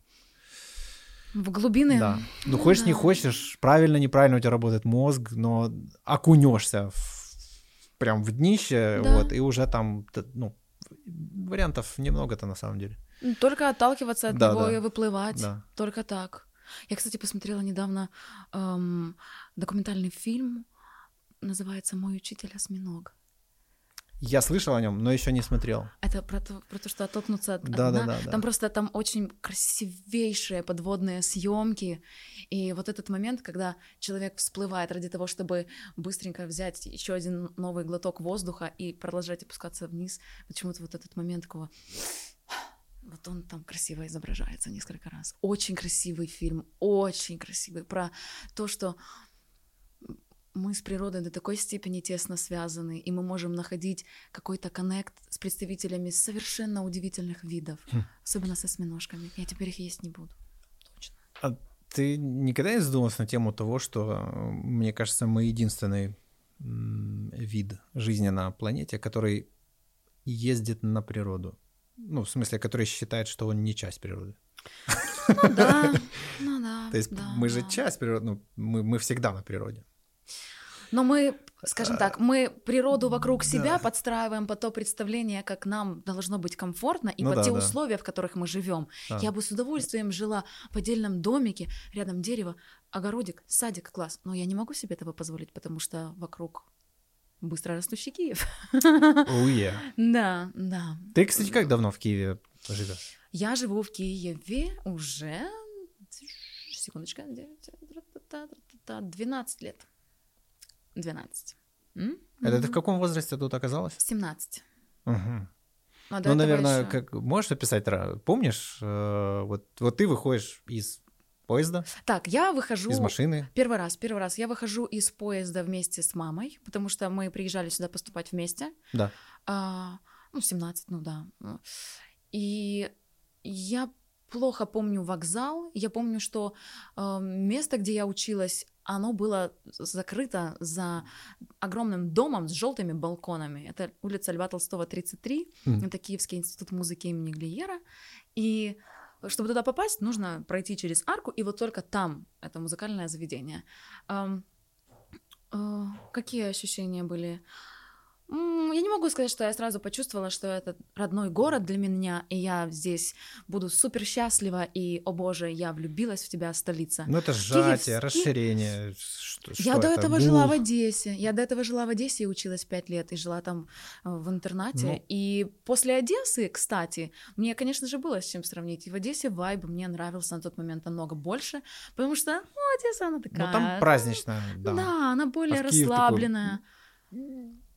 Speaker 1: В глубины.
Speaker 2: Да, ну хочешь, да. не хочешь, правильно, неправильно у тебя работает мозг, но окунешься в, прям в днище, да. вот, и уже там, ну, вариантов немного-то на самом деле.
Speaker 1: Только отталкиваться от
Speaker 2: да,
Speaker 1: него
Speaker 2: да.
Speaker 1: и выплывать.
Speaker 2: Да.
Speaker 1: Только так. Я, кстати, посмотрела недавно эм, документальный фильм, называется «Мой учитель осьминог».
Speaker 2: Я слышал о нем, но еще не смотрел.
Speaker 1: Это про то, про то что оттолкнуться от
Speaker 2: да,
Speaker 1: дна.
Speaker 2: Да, да, да.
Speaker 1: Там просто там очень красивейшие подводные съемки. И вот этот момент, когда человек всплывает ради того, чтобы быстренько взять еще один новый глоток воздуха и продолжать опускаться вниз, почему-то вот этот момент такого... Вот он там красиво изображается несколько раз. Очень красивый фильм, очень красивый. Про то, что... мы с природой до такой степени тесно связаны, и мы можем находить какой-то коннект с представителями совершенно удивительных видов, хм. особенно с осьминожками. Я теперь их есть не буду. Точно.
Speaker 2: А ты никогда не задумывался на тему того, что, мне кажется, мы единственный вид жизни на планете, который ездит на природу? Ну, в смысле, который считает, что он не часть природы.
Speaker 1: Ну да, ну да.
Speaker 2: То есть
Speaker 1: да,
Speaker 2: мы
Speaker 1: да.
Speaker 2: же часть природы, ну, мы, мы всегда на природе.
Speaker 1: Но мы, скажем так, мы природу вокруг себя
Speaker 2: да.
Speaker 1: подстраиваем под то представление, как нам должно быть комфортно, и
Speaker 2: ну
Speaker 1: под
Speaker 2: да,
Speaker 1: те
Speaker 2: да.
Speaker 1: условия, в которых мы живем.
Speaker 2: Да.
Speaker 1: Я бы с удовольствием жила в отдельном домике, рядом дерево, огородик, садик, класс. Но я не могу себе этого позволить, потому что вокруг быстро растущий Киев.
Speaker 2: Oh, yeah.
Speaker 1: Да, да.
Speaker 2: Ты, кстати, как давно в Киеве живешь?
Speaker 1: Я живу в Киеве уже... Секундочку. двенадцать лет. двенадцать. М?
Speaker 2: Это
Speaker 1: mm-hmm.
Speaker 2: ты в каком возрасте тут оказалась?
Speaker 1: семнадцать.
Speaker 2: Угу.
Speaker 1: А
Speaker 2: ну, наверное, ещё... как можешь описать, помнишь, э, вот, вот ты выходишь из поезда?
Speaker 1: Так, я выхожу...
Speaker 2: Из машины?
Speaker 1: Первый раз, первый раз. Я выхожу из поезда вместе с мамой, потому что мы приезжали сюда поступать вместе.
Speaker 2: Да.
Speaker 1: А, ну, семнадцать, ну да. И я плохо помню вокзал. Я помню, что э, место, где я училась, оно было закрыто за огромным домом с желтыми балконами. Это улица Льва Толстого, тридцать три. Mm. Это Киевский институт музыки имени Глиера. И чтобы туда попасть, нужно пройти через арку, и вот только там это музыкальное заведение. Эм, э, какие ощущения были? Я не могу сказать, что я сразу почувствовала, что это родной город для меня, и я здесь буду супер счастлива, и, о боже, я влюбилась в тебя, столица.
Speaker 2: Ну это сжатие, Киев... расширение. Что,
Speaker 1: я
Speaker 2: что
Speaker 1: до
Speaker 2: это?
Speaker 1: этого
Speaker 2: Бух.
Speaker 1: жила в Одессе. Я до этого жила в Одессе и училась пять лет, и жила там в интернате. Ну... И после Одессы, кстати, мне, конечно же, было с чем сравнить. И в Одессе вайб мне нравился на тот момент намного больше, потому что, ну, Одесса, она такая...
Speaker 2: Ну там праздничная, да.
Speaker 1: Да, она более а расслабленная.
Speaker 2: Такой...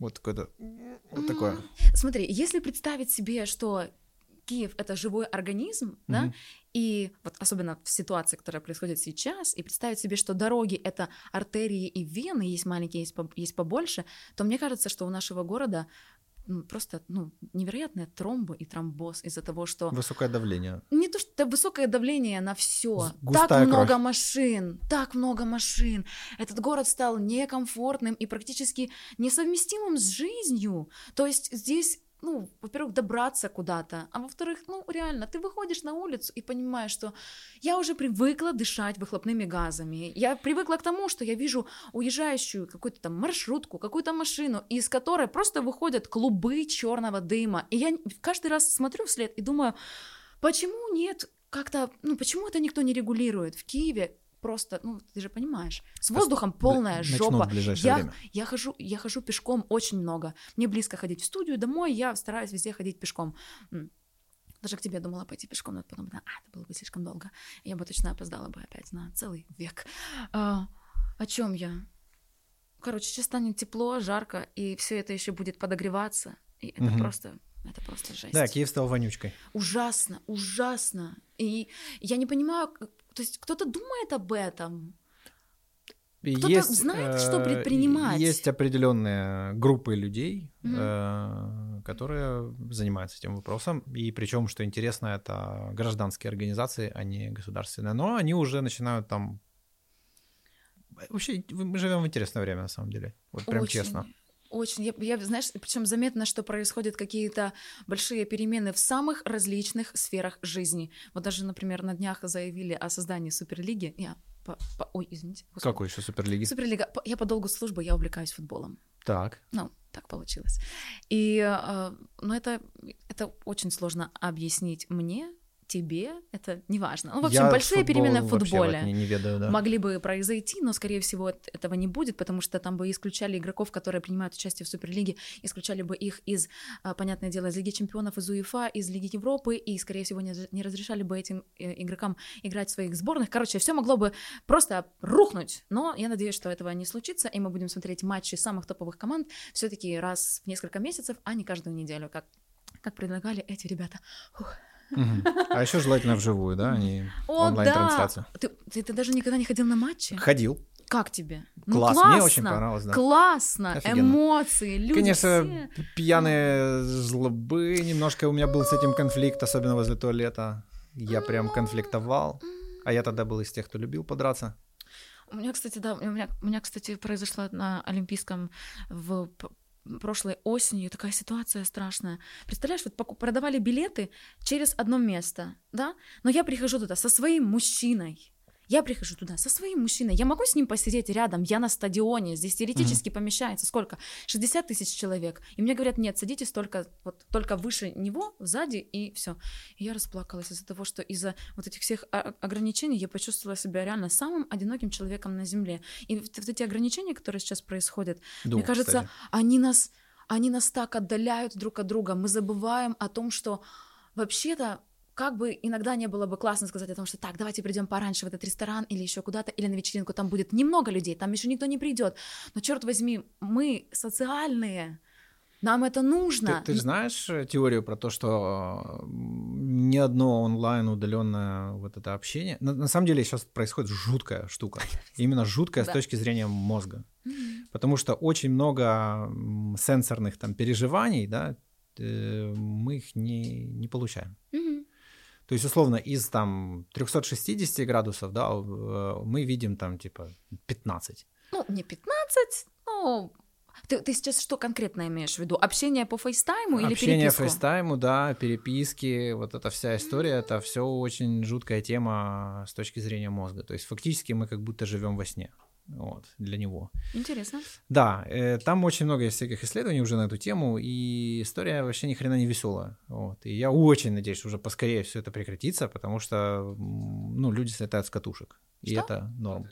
Speaker 2: Вот какое-то, вот такое.
Speaker 1: Смотри, если представить себе, что Киев — это живой организм, mm-hmm. да, и вот особенно в ситуации, которая происходит сейчас, и представить себе, что дороги — это артерии и вены, есть маленькие, есть, по- есть побольше, то мне кажется, что у нашего города ну, просто ну, невероятные тромбы и тромбоз из-за того, что...
Speaker 2: Высокое давление.
Speaker 1: Не то, что высокое давление на все.
Speaker 2: Густая
Speaker 1: так много
Speaker 2: кровь.
Speaker 1: машин, так много машин. Этот город стал некомфортным и практически несовместимым с жизнью. То есть здесь... Ну, во-первых, добраться куда-то, а во-вторых, ну, реально, ты выходишь на улицу и понимаешь, что я уже привыкла дышать выхлопными газами, я привыкла к тому, что я вижу уезжающую какую-то там маршрутку, какую-то машину, из которой просто выходят клубы черного дыма, и я каждый раз смотрю вслед и думаю, почему нет как-то, ну, почему это никто не регулирует в Киеве? Просто, ну, ты же понимаешь, с воздухом полная жопа. Я, я, хожу, я хожу пешком очень много. Мне близко ходить в студию, домой, я стараюсь везде ходить пешком. Даже к тебе думала пойти пешком, но потом, да, а, это было бы слишком долго. Я бы точно опоздала бы опять на целый век. А, о чем я? Короче, сейчас станет тепло, жарко, и все это еще будет подогреваться. И это угу. просто... Это просто жесть.
Speaker 2: Да, Киев стал вонючкой.
Speaker 1: Ужасно, ужасно. И я не понимаю, то есть кто-то думает об этом? Кто-то есть, знает, что предпринимать?
Speaker 2: Есть определенные группы людей, mm-hmm. которые занимаются этим вопросом. И причем, что интересно, это гражданские организации, а не государственные. Но они уже начинают там... Вообще, мы живем в интересное время, на самом деле. Вот прям
Speaker 1: Очень.
Speaker 2: честно.
Speaker 1: Очень, я, я, знаешь, причем заметно, что происходят какие-то большие перемены в самых различных сферах жизни. Вот даже, например, на днях заявили о создании Суперлиги. Я по, по, ой, извините.
Speaker 2: Господи. Какой еще Суперлиги?
Speaker 1: Суперлига. Я по долгу службы, я увлекаюсь футболом.
Speaker 2: Так.
Speaker 1: Ну, так получилось. И, э, ну, это, это очень сложно объяснить мне, тебе, это не важно. Ну, в общем,
Speaker 2: я
Speaker 1: большие перемены в футболе
Speaker 2: не, не ведаю, да.
Speaker 1: могли бы произойти, но, скорее всего, этого не будет, потому что там бы исключали игроков, которые принимают участие в Суперлиге, исключали бы их из, понятное дело, из Лиги Чемпионов, из УЕФА, из Лиги Европы, и, скорее всего, не, не разрешали бы этим игрокам играть в своих сборных. Короче, все могло бы просто рухнуть, но я надеюсь, что этого не случится, и мы будем смотреть матчи самых топовых команд все-таки раз в несколько месяцев, а не каждую неделю, как, как предлагали эти ребята. Фух.
Speaker 2: Угу. А еще желательно вживую, да, а не онлайн-трансляцию.
Speaker 1: Да. Ты, ты, ты даже никогда не ходил на матчи?
Speaker 2: Ходил.
Speaker 1: Как тебе?
Speaker 2: Класс,
Speaker 1: ну, классно,
Speaker 2: мне очень понравилось, да.
Speaker 1: Классно, офигенно. Эмоции, люди
Speaker 2: Конечно,
Speaker 1: все...
Speaker 2: пьяные жлобы, немножко у меня был с этим конфликт, особенно возле туалета. Я прям конфликтовал, а я тогда был из тех, кто любил подраться.
Speaker 1: У меня, кстати, да, у меня, у меня, кстати, произошло на Олимпийском в... прошлой осенью такая ситуация страшная. Представляешь, вот продавали билеты через одно место, да? Но я прихожу туда со своим мужчиной. Я прихожу туда со своим мужчиной. Я могу с ним посидеть рядом, я на стадионе. Здесь теоретически mm-hmm. помещается сколько? шестьдесят тысяч человек. И мне говорят, нет, садитесь только, вот, только выше него, сзади, и все. И я расплакалась из-за того, что из-за вот этих всех ограничений я почувствовала себя реально самым одиноким человеком на земле. И вот эти ограничения, которые сейчас происходят, Думаю, мне кажется, кстати. они нас, они нас так отдаляют друг от друга. Мы забываем о том, что вообще-то как бы иногда не было бы классно сказать о том, что так, давайте придем пораньше в этот ресторан или еще куда-то, или на вечеринку, там будет немного людей, там еще никто не придет. Но, черт возьми, мы социальные, нам это нужно.
Speaker 2: Ты, ты знаешь теорию про то, что ни одно онлайн удаленное вот это общение... На, на самом деле сейчас происходит жуткая штука. Именно жуткая с точки зрения мозга. Потому что очень много сенсорных там переживаний, да, мы их не, не получаем. То есть, условно, из там трёхсот шестидесяти градусов, да, мы видим там типа пятнадцать.
Speaker 1: Ну, не пятнадцать, но... Ты, ты сейчас что конкретно имеешь в виду? Общение по фейстайму или
Speaker 2: Общение
Speaker 1: переписку?
Speaker 2: Общение по фейстайму, да, переписки, вот эта вся история, это все очень жуткая тема с точки зрения мозга. То есть, фактически мы как будто живем во сне. Вот, для него.
Speaker 1: Интересно.
Speaker 2: Да, э, там очень много есть всяких исследований уже на эту тему, и история вообще ни хрена не веселая. Вот. И я очень надеюсь, что уже поскорее все это прекратится, потому что ну, люди слетают с катушек. И
Speaker 1: что?
Speaker 2: Это норм.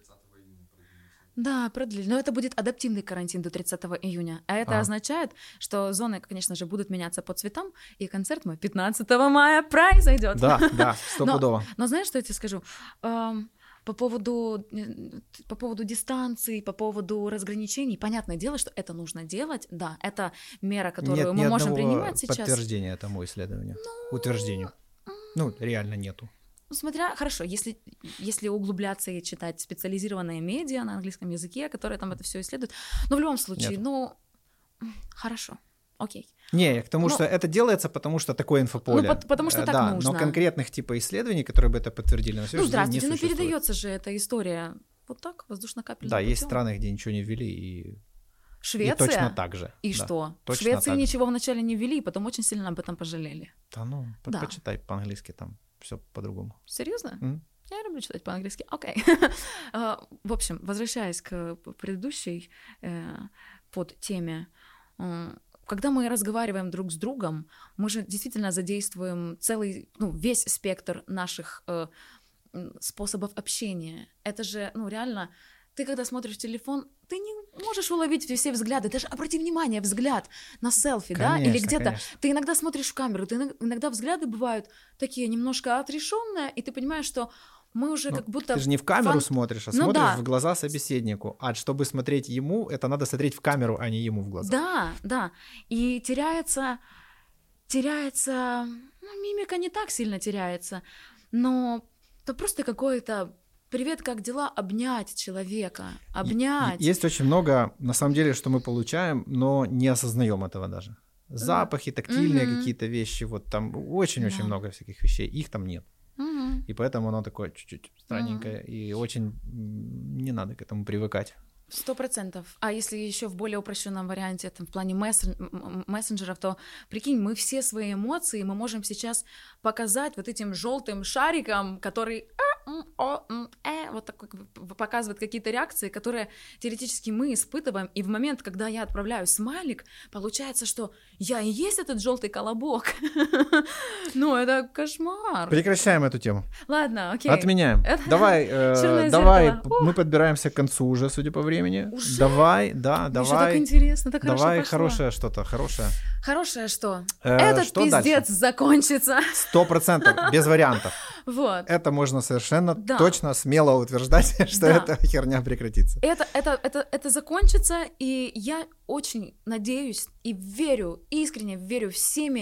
Speaker 1: Да, продлили. Но это будет адаптивный карантин до тридцатого июня. А это а. означает, что зоны, конечно же, будут меняться по цветам, и концерт мой пятнадцатого мая произойдет.
Speaker 2: Да, да, стопудово.
Speaker 1: Но, но знаешь, что я тебе скажу? по поводу, по поводу дистанции, по поводу разграничений, понятное дело, что это нужно делать, да, это мера, которую
Speaker 2: Нет
Speaker 1: мы
Speaker 2: ни
Speaker 1: можем
Speaker 2: одного
Speaker 1: принимать сейчас.
Speaker 2: подтверждения этому исследованию,
Speaker 1: ну,
Speaker 2: утверждению. Ну, реально нету.
Speaker 1: Ну, смотря, хорошо, если, если углубляться и читать специализированные медиа на английском языке, которые там это все исследуют, но в любом случае,
Speaker 2: Нет.
Speaker 1: ну, хорошо, окей.
Speaker 2: Не, к тому,
Speaker 1: но,
Speaker 2: что это делается, потому что такое инфополе.
Speaker 1: Ну, потому что
Speaker 2: э,
Speaker 1: так
Speaker 2: да,
Speaker 1: нужно.
Speaker 2: Но конкретных типа исследований, которые бы это подтвердили, на
Speaker 1: Ну,
Speaker 2: сегодняшний день не
Speaker 1: здравствуйте, ну
Speaker 2: существует.
Speaker 1: передается же эта история вот так, воздушно-капельным
Speaker 2: Да,
Speaker 1: путем.
Speaker 2: есть страны, где ничего не ввели, и,
Speaker 1: Швеция?
Speaker 2: и точно так же.
Speaker 1: И
Speaker 2: да,
Speaker 1: что? В
Speaker 2: точно
Speaker 1: Швеции
Speaker 2: так же.
Speaker 1: ничего вначале не ввели, и потом очень сильно об этом пожалели.
Speaker 2: Да ну, по-
Speaker 1: Да.
Speaker 2: почитай по-английски, там все по-другому.
Speaker 1: Серьезно?
Speaker 2: М?
Speaker 1: Я люблю читать по-английски. Окей. А, В общем, возвращаясь к предыдущей э, подтеме, э, когда мы разговариваем друг с другом, мы же действительно задействуем целый, ну, весь спектр наших э, м, способов общения. Это же, ну, реально, ты когда смотришь телефон, ты не можешь уловить все взгляды. Даже обрати внимание, взгляд на селфи, да, или
Speaker 2: Конечно,
Speaker 1: где-то.
Speaker 2: конечно.
Speaker 1: Ты иногда смотришь в камеру, ты иног- иногда взгляды бывают такие немножко отрешенные, и ты понимаешь, что мы уже
Speaker 2: Ну,
Speaker 1: как будто...
Speaker 2: Ты же не в камеру
Speaker 1: фан-
Speaker 2: смотришь, а
Speaker 1: Ну
Speaker 2: смотришь
Speaker 1: да.
Speaker 2: в глаза собеседнику. А чтобы смотреть ему, это надо смотреть в камеру, а не ему в глаза.
Speaker 1: Да, да. И теряется, теряется, ну, мимика не так сильно теряется, но это просто какое-то «привет, как дела?» обнять человека, обнять.
Speaker 2: Есть очень много, на самом деле, что мы получаем, но не осознаем этого даже. Запахи, тактильные
Speaker 1: Мгм.
Speaker 2: какие-то вещи, вот там очень-очень
Speaker 1: Да.
Speaker 2: много всяких вещей, их там нет.
Speaker 1: Мгм.
Speaker 2: И поэтому оно такое чуть-чуть странненькое, и очень м, не надо к этому привыкать.
Speaker 1: Сто процентов. А если еще в более упрощенном варианте, там, в плане мессен- м- м- мессенджеров, то прикинь, мы все свои эмоции мы можем сейчас показать вот этим желтым шариком, который а, м, о, м, э, вот такой п- показывает какие-то реакции, которые теоретически мы испытываем. И в момент, когда я отправляю смайлик, получается, что я и есть этот желтый колобок. Ну, это кошмар.
Speaker 2: Прекращаем эту тему.
Speaker 1: Ладно, окей.
Speaker 2: Отменяем.
Speaker 1: Это-
Speaker 2: Давай, э,
Speaker 1: Черное
Speaker 2: давай,
Speaker 1: зеркало.
Speaker 2: п- мы подбираемся к концу уже, судя по времени.
Speaker 1: Уже?
Speaker 2: Давай, да,
Speaker 1: Мне ещё так
Speaker 2: давай.
Speaker 1: интересно, так хорошо
Speaker 2: Давай
Speaker 1: пошло.
Speaker 2: хорошее что-то, хорошее.
Speaker 1: Хорошее что?
Speaker 2: Э,
Speaker 1: Этот
Speaker 2: что
Speaker 1: пиздец
Speaker 2: дальше?
Speaker 1: закончится.
Speaker 2: Сто процентов, без вариантов.
Speaker 1: Вот.
Speaker 2: Это можно совершенно
Speaker 1: Да.
Speaker 2: точно, смело утверждать, что
Speaker 1: Да.
Speaker 2: эта херня прекратится.
Speaker 1: Это, это, это, это закончится, и я очень надеюсь и верю, искренне верю всеми,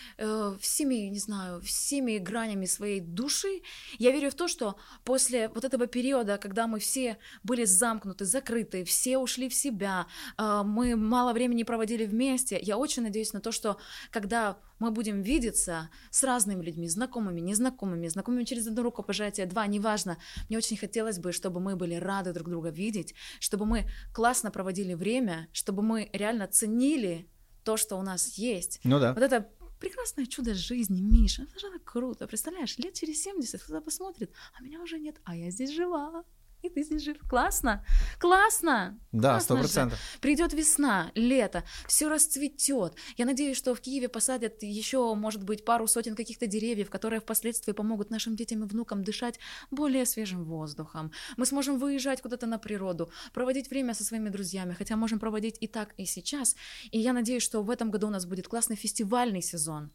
Speaker 1: э, всеми, не знаю, всеми гранями своей души. Я верю в то, что после вот этого периода, когда мы все были замкнуты, закрыты, все ушли в себя, э, мы мало времени проводили вместе, я очень надеюсь на то, что когда мы будем видеться с разными людьми, знакомыми, незнакомыми, знакомыми через одно рукопожатие, два, неважно. Мне очень хотелось бы, чтобы мы были рады друг друга видеть, чтобы мы классно проводили время, чтобы мы реально ценили то, что у нас есть.
Speaker 2: Ну да.
Speaker 1: Вот это прекрасное чудо жизни, Миша, это же так круто. Представляешь, лет через семьдесят кто-то посмотрит, а меня уже нет, а я здесь жива. И ты здесь жив. Классно. Классно.
Speaker 2: Да, сто
Speaker 1: Классно же.
Speaker 2: процентов.
Speaker 1: Придет весна, лето, все расцветет. Я надеюсь, что в Киеве посадят еще, может быть, пару сотен каких-то деревьев, которые впоследствии помогут нашим детям и внукам дышать более свежим воздухом. Мы сможем выезжать куда-то на природу, проводить время со своими друзьями, хотя можем проводить и так, и сейчас. И я надеюсь, что в этом году у нас будет классный фестивальный сезон.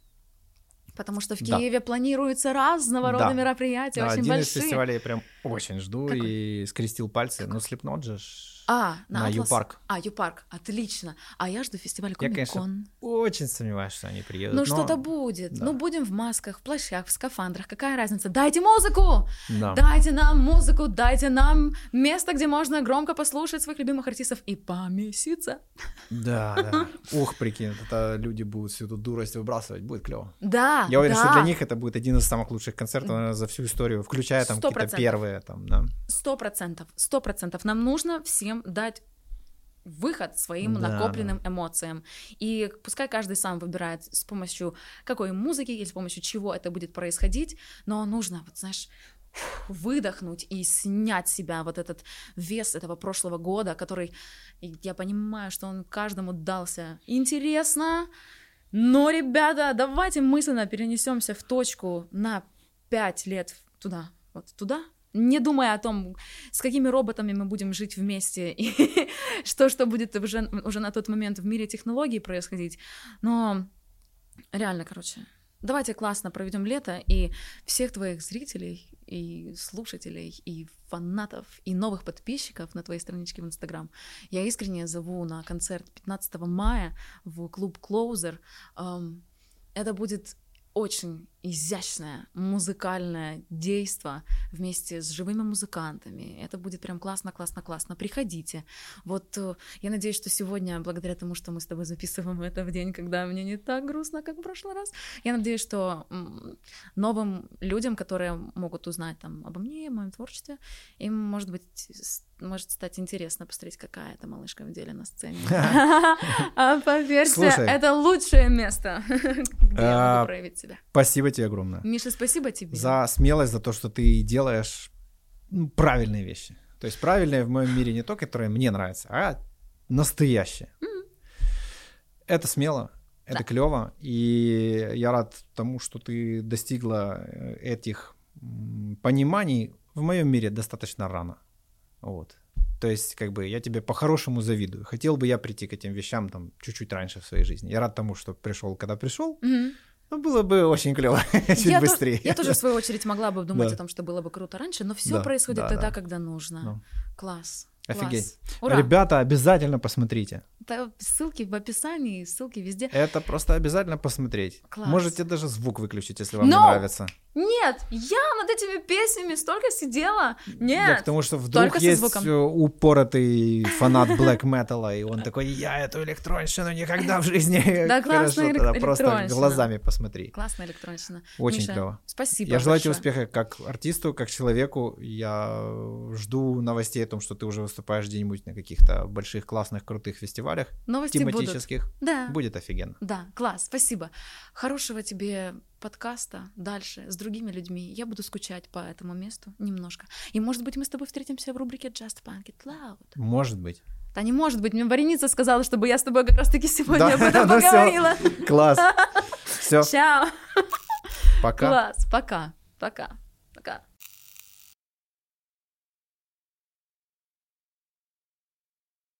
Speaker 1: Потому что в
Speaker 2: Да.
Speaker 1: Киеве планируются разного рода
Speaker 2: Да.
Speaker 1: мероприятия,
Speaker 2: Да,
Speaker 1: очень
Speaker 2: один из
Speaker 1: большие.
Speaker 2: фестивалей я прям очень жду
Speaker 1: Какой?
Speaker 2: и скрестил пальцы. Ну, Слепнот же ж
Speaker 1: А, на,
Speaker 2: на
Speaker 1: Атлас.
Speaker 2: Ю-парк.
Speaker 1: А, Ю-парк, отлично. А я жду фестиваль
Speaker 2: Я, конечно,
Speaker 1: Комик-кон.
Speaker 2: очень сомневаюсь, что они приедут.
Speaker 1: Ну,
Speaker 2: но-
Speaker 1: что-то будет.
Speaker 2: да.
Speaker 1: Ну, будем в масках, в плащах, в скафандрах. Какая разница? Дайте музыку!
Speaker 2: Да.
Speaker 1: Дайте нам музыку, дайте нам место, где можно громко послушать своих любимых артистов и помеситься.
Speaker 2: Да, да. Ух, прикинь, это люди будут всю эту дурость выбрасывать, будет клево.
Speaker 1: Да,
Speaker 2: Я уверен,
Speaker 1: да.
Speaker 2: что для них это будет один из самых лучших концертов, наверное, за всю историю, включая там
Speaker 1: Сто
Speaker 2: какие-то
Speaker 1: процентов.
Speaker 2: первые там, да.
Speaker 1: Сто процентов, сто процентов. Нам нужно всем дать выход своим
Speaker 2: Да,
Speaker 1: накопленным эмоциям. И пускай каждый сам выбирает, с помощью какой музыки или с помощью чего это будет происходить, но нужно, вот знаешь, выдохнуть и снять с себя вот этот вес этого прошлого года, который, я понимаю, что он каждому дался интересно, но, ребята, давайте мысленно перенесемся в точку на пять лет туда, вот туда, не думая о том, с какими роботами мы будем жить вместе и что, что будет уже, уже на тот момент в мире технологий происходить. Но реально, короче, давайте классно проведем лето, и всех твоих зрителей, и слушателей, и фанатов, и новых подписчиков на твоей страничке в Инстаграм я искренне зову на концерт пятнадцатого мая в клуб Closer. Это будет очень изящное музыкальное действо вместе с живыми музыкантами. Это будет прям классно, классно, классно. Приходите. Вот я надеюсь, что сегодня, благодаря тому, что мы с тобой записываем это в день, когда мне не так грустно, как в прошлый раз, я надеюсь, что новым людям, которые могут узнать там обо мне, о моем творчестве, им, может быть, может стать интересно посмотреть, какая это малышка в деле на сцене. А поверьте, это лучшее место, где я могу проявить себя.
Speaker 2: Спасибо тебе огромное.
Speaker 1: Миша, спасибо тебе.
Speaker 2: За смелость, за то, что ты делаешь ну, правильные вещи. То есть правильные в моем мире не то, которые мне нравятся, а настоящие. Mm-hmm. Это смело, это да. клево, и я рад тому, что ты достигла этих пониманий в моем мире достаточно рано. Вот. То есть, как бы, я тебе по-хорошему завидую. Хотел бы я прийти к этим вещам там чуть-чуть раньше в своей жизни. Я рад тому, что пришел, когда пришел. Mm-hmm. Ну, было бы очень клево, чуть
Speaker 1: я
Speaker 2: быстрее.
Speaker 1: То, я тоже, в свою очередь, могла бы думать да. о том, что было бы круто раньше, но все да, происходит да, тогда, да. когда нужно. Ну. Класс.
Speaker 2: Офигеть.
Speaker 1: Ура.
Speaker 2: Ребята, обязательно посмотрите.
Speaker 1: Это ссылки в описании, ссылки везде.
Speaker 2: Это просто обязательно посмотреть.
Speaker 1: Класс.
Speaker 2: Можете даже звук выключить, если вам
Speaker 1: no!
Speaker 2: не нравится.
Speaker 1: Нет, я над этими песнями столько сидела. Нет,
Speaker 2: я потому что вдруг есть упоротый фанат блэк металла, и он такой, я эту электронщину никогда в жизни.
Speaker 1: Да, классная электронщина.
Speaker 2: Просто глазами посмотри.
Speaker 1: Классная электронщина.
Speaker 2: Очень клево.
Speaker 1: Спасибо.
Speaker 2: Я желаю тебе успеха как артисту, как человеку. Я жду новостей о том, что ты уже выступаешь где-нибудь на каких-то больших, классных, крутых фестивалях.
Speaker 1: Новости
Speaker 2: тематических.
Speaker 1: Будут. Да.
Speaker 2: Будет офигенно.
Speaker 1: Да, класс, спасибо. Хорошего тебе подкаста дальше с другими людьми. Я буду скучать по этому месту немножко. И, может быть, мы с тобой встретимся в рубрике Just Punk It Loud.
Speaker 2: Может быть.
Speaker 1: Да не может быть. Мне Вареница сказала, чтобы я с тобой как раз-таки сегодня об этом поговорила.
Speaker 2: Класс. Все.
Speaker 1: Чао.
Speaker 2: Пока.
Speaker 1: Класс. Пока. Пока.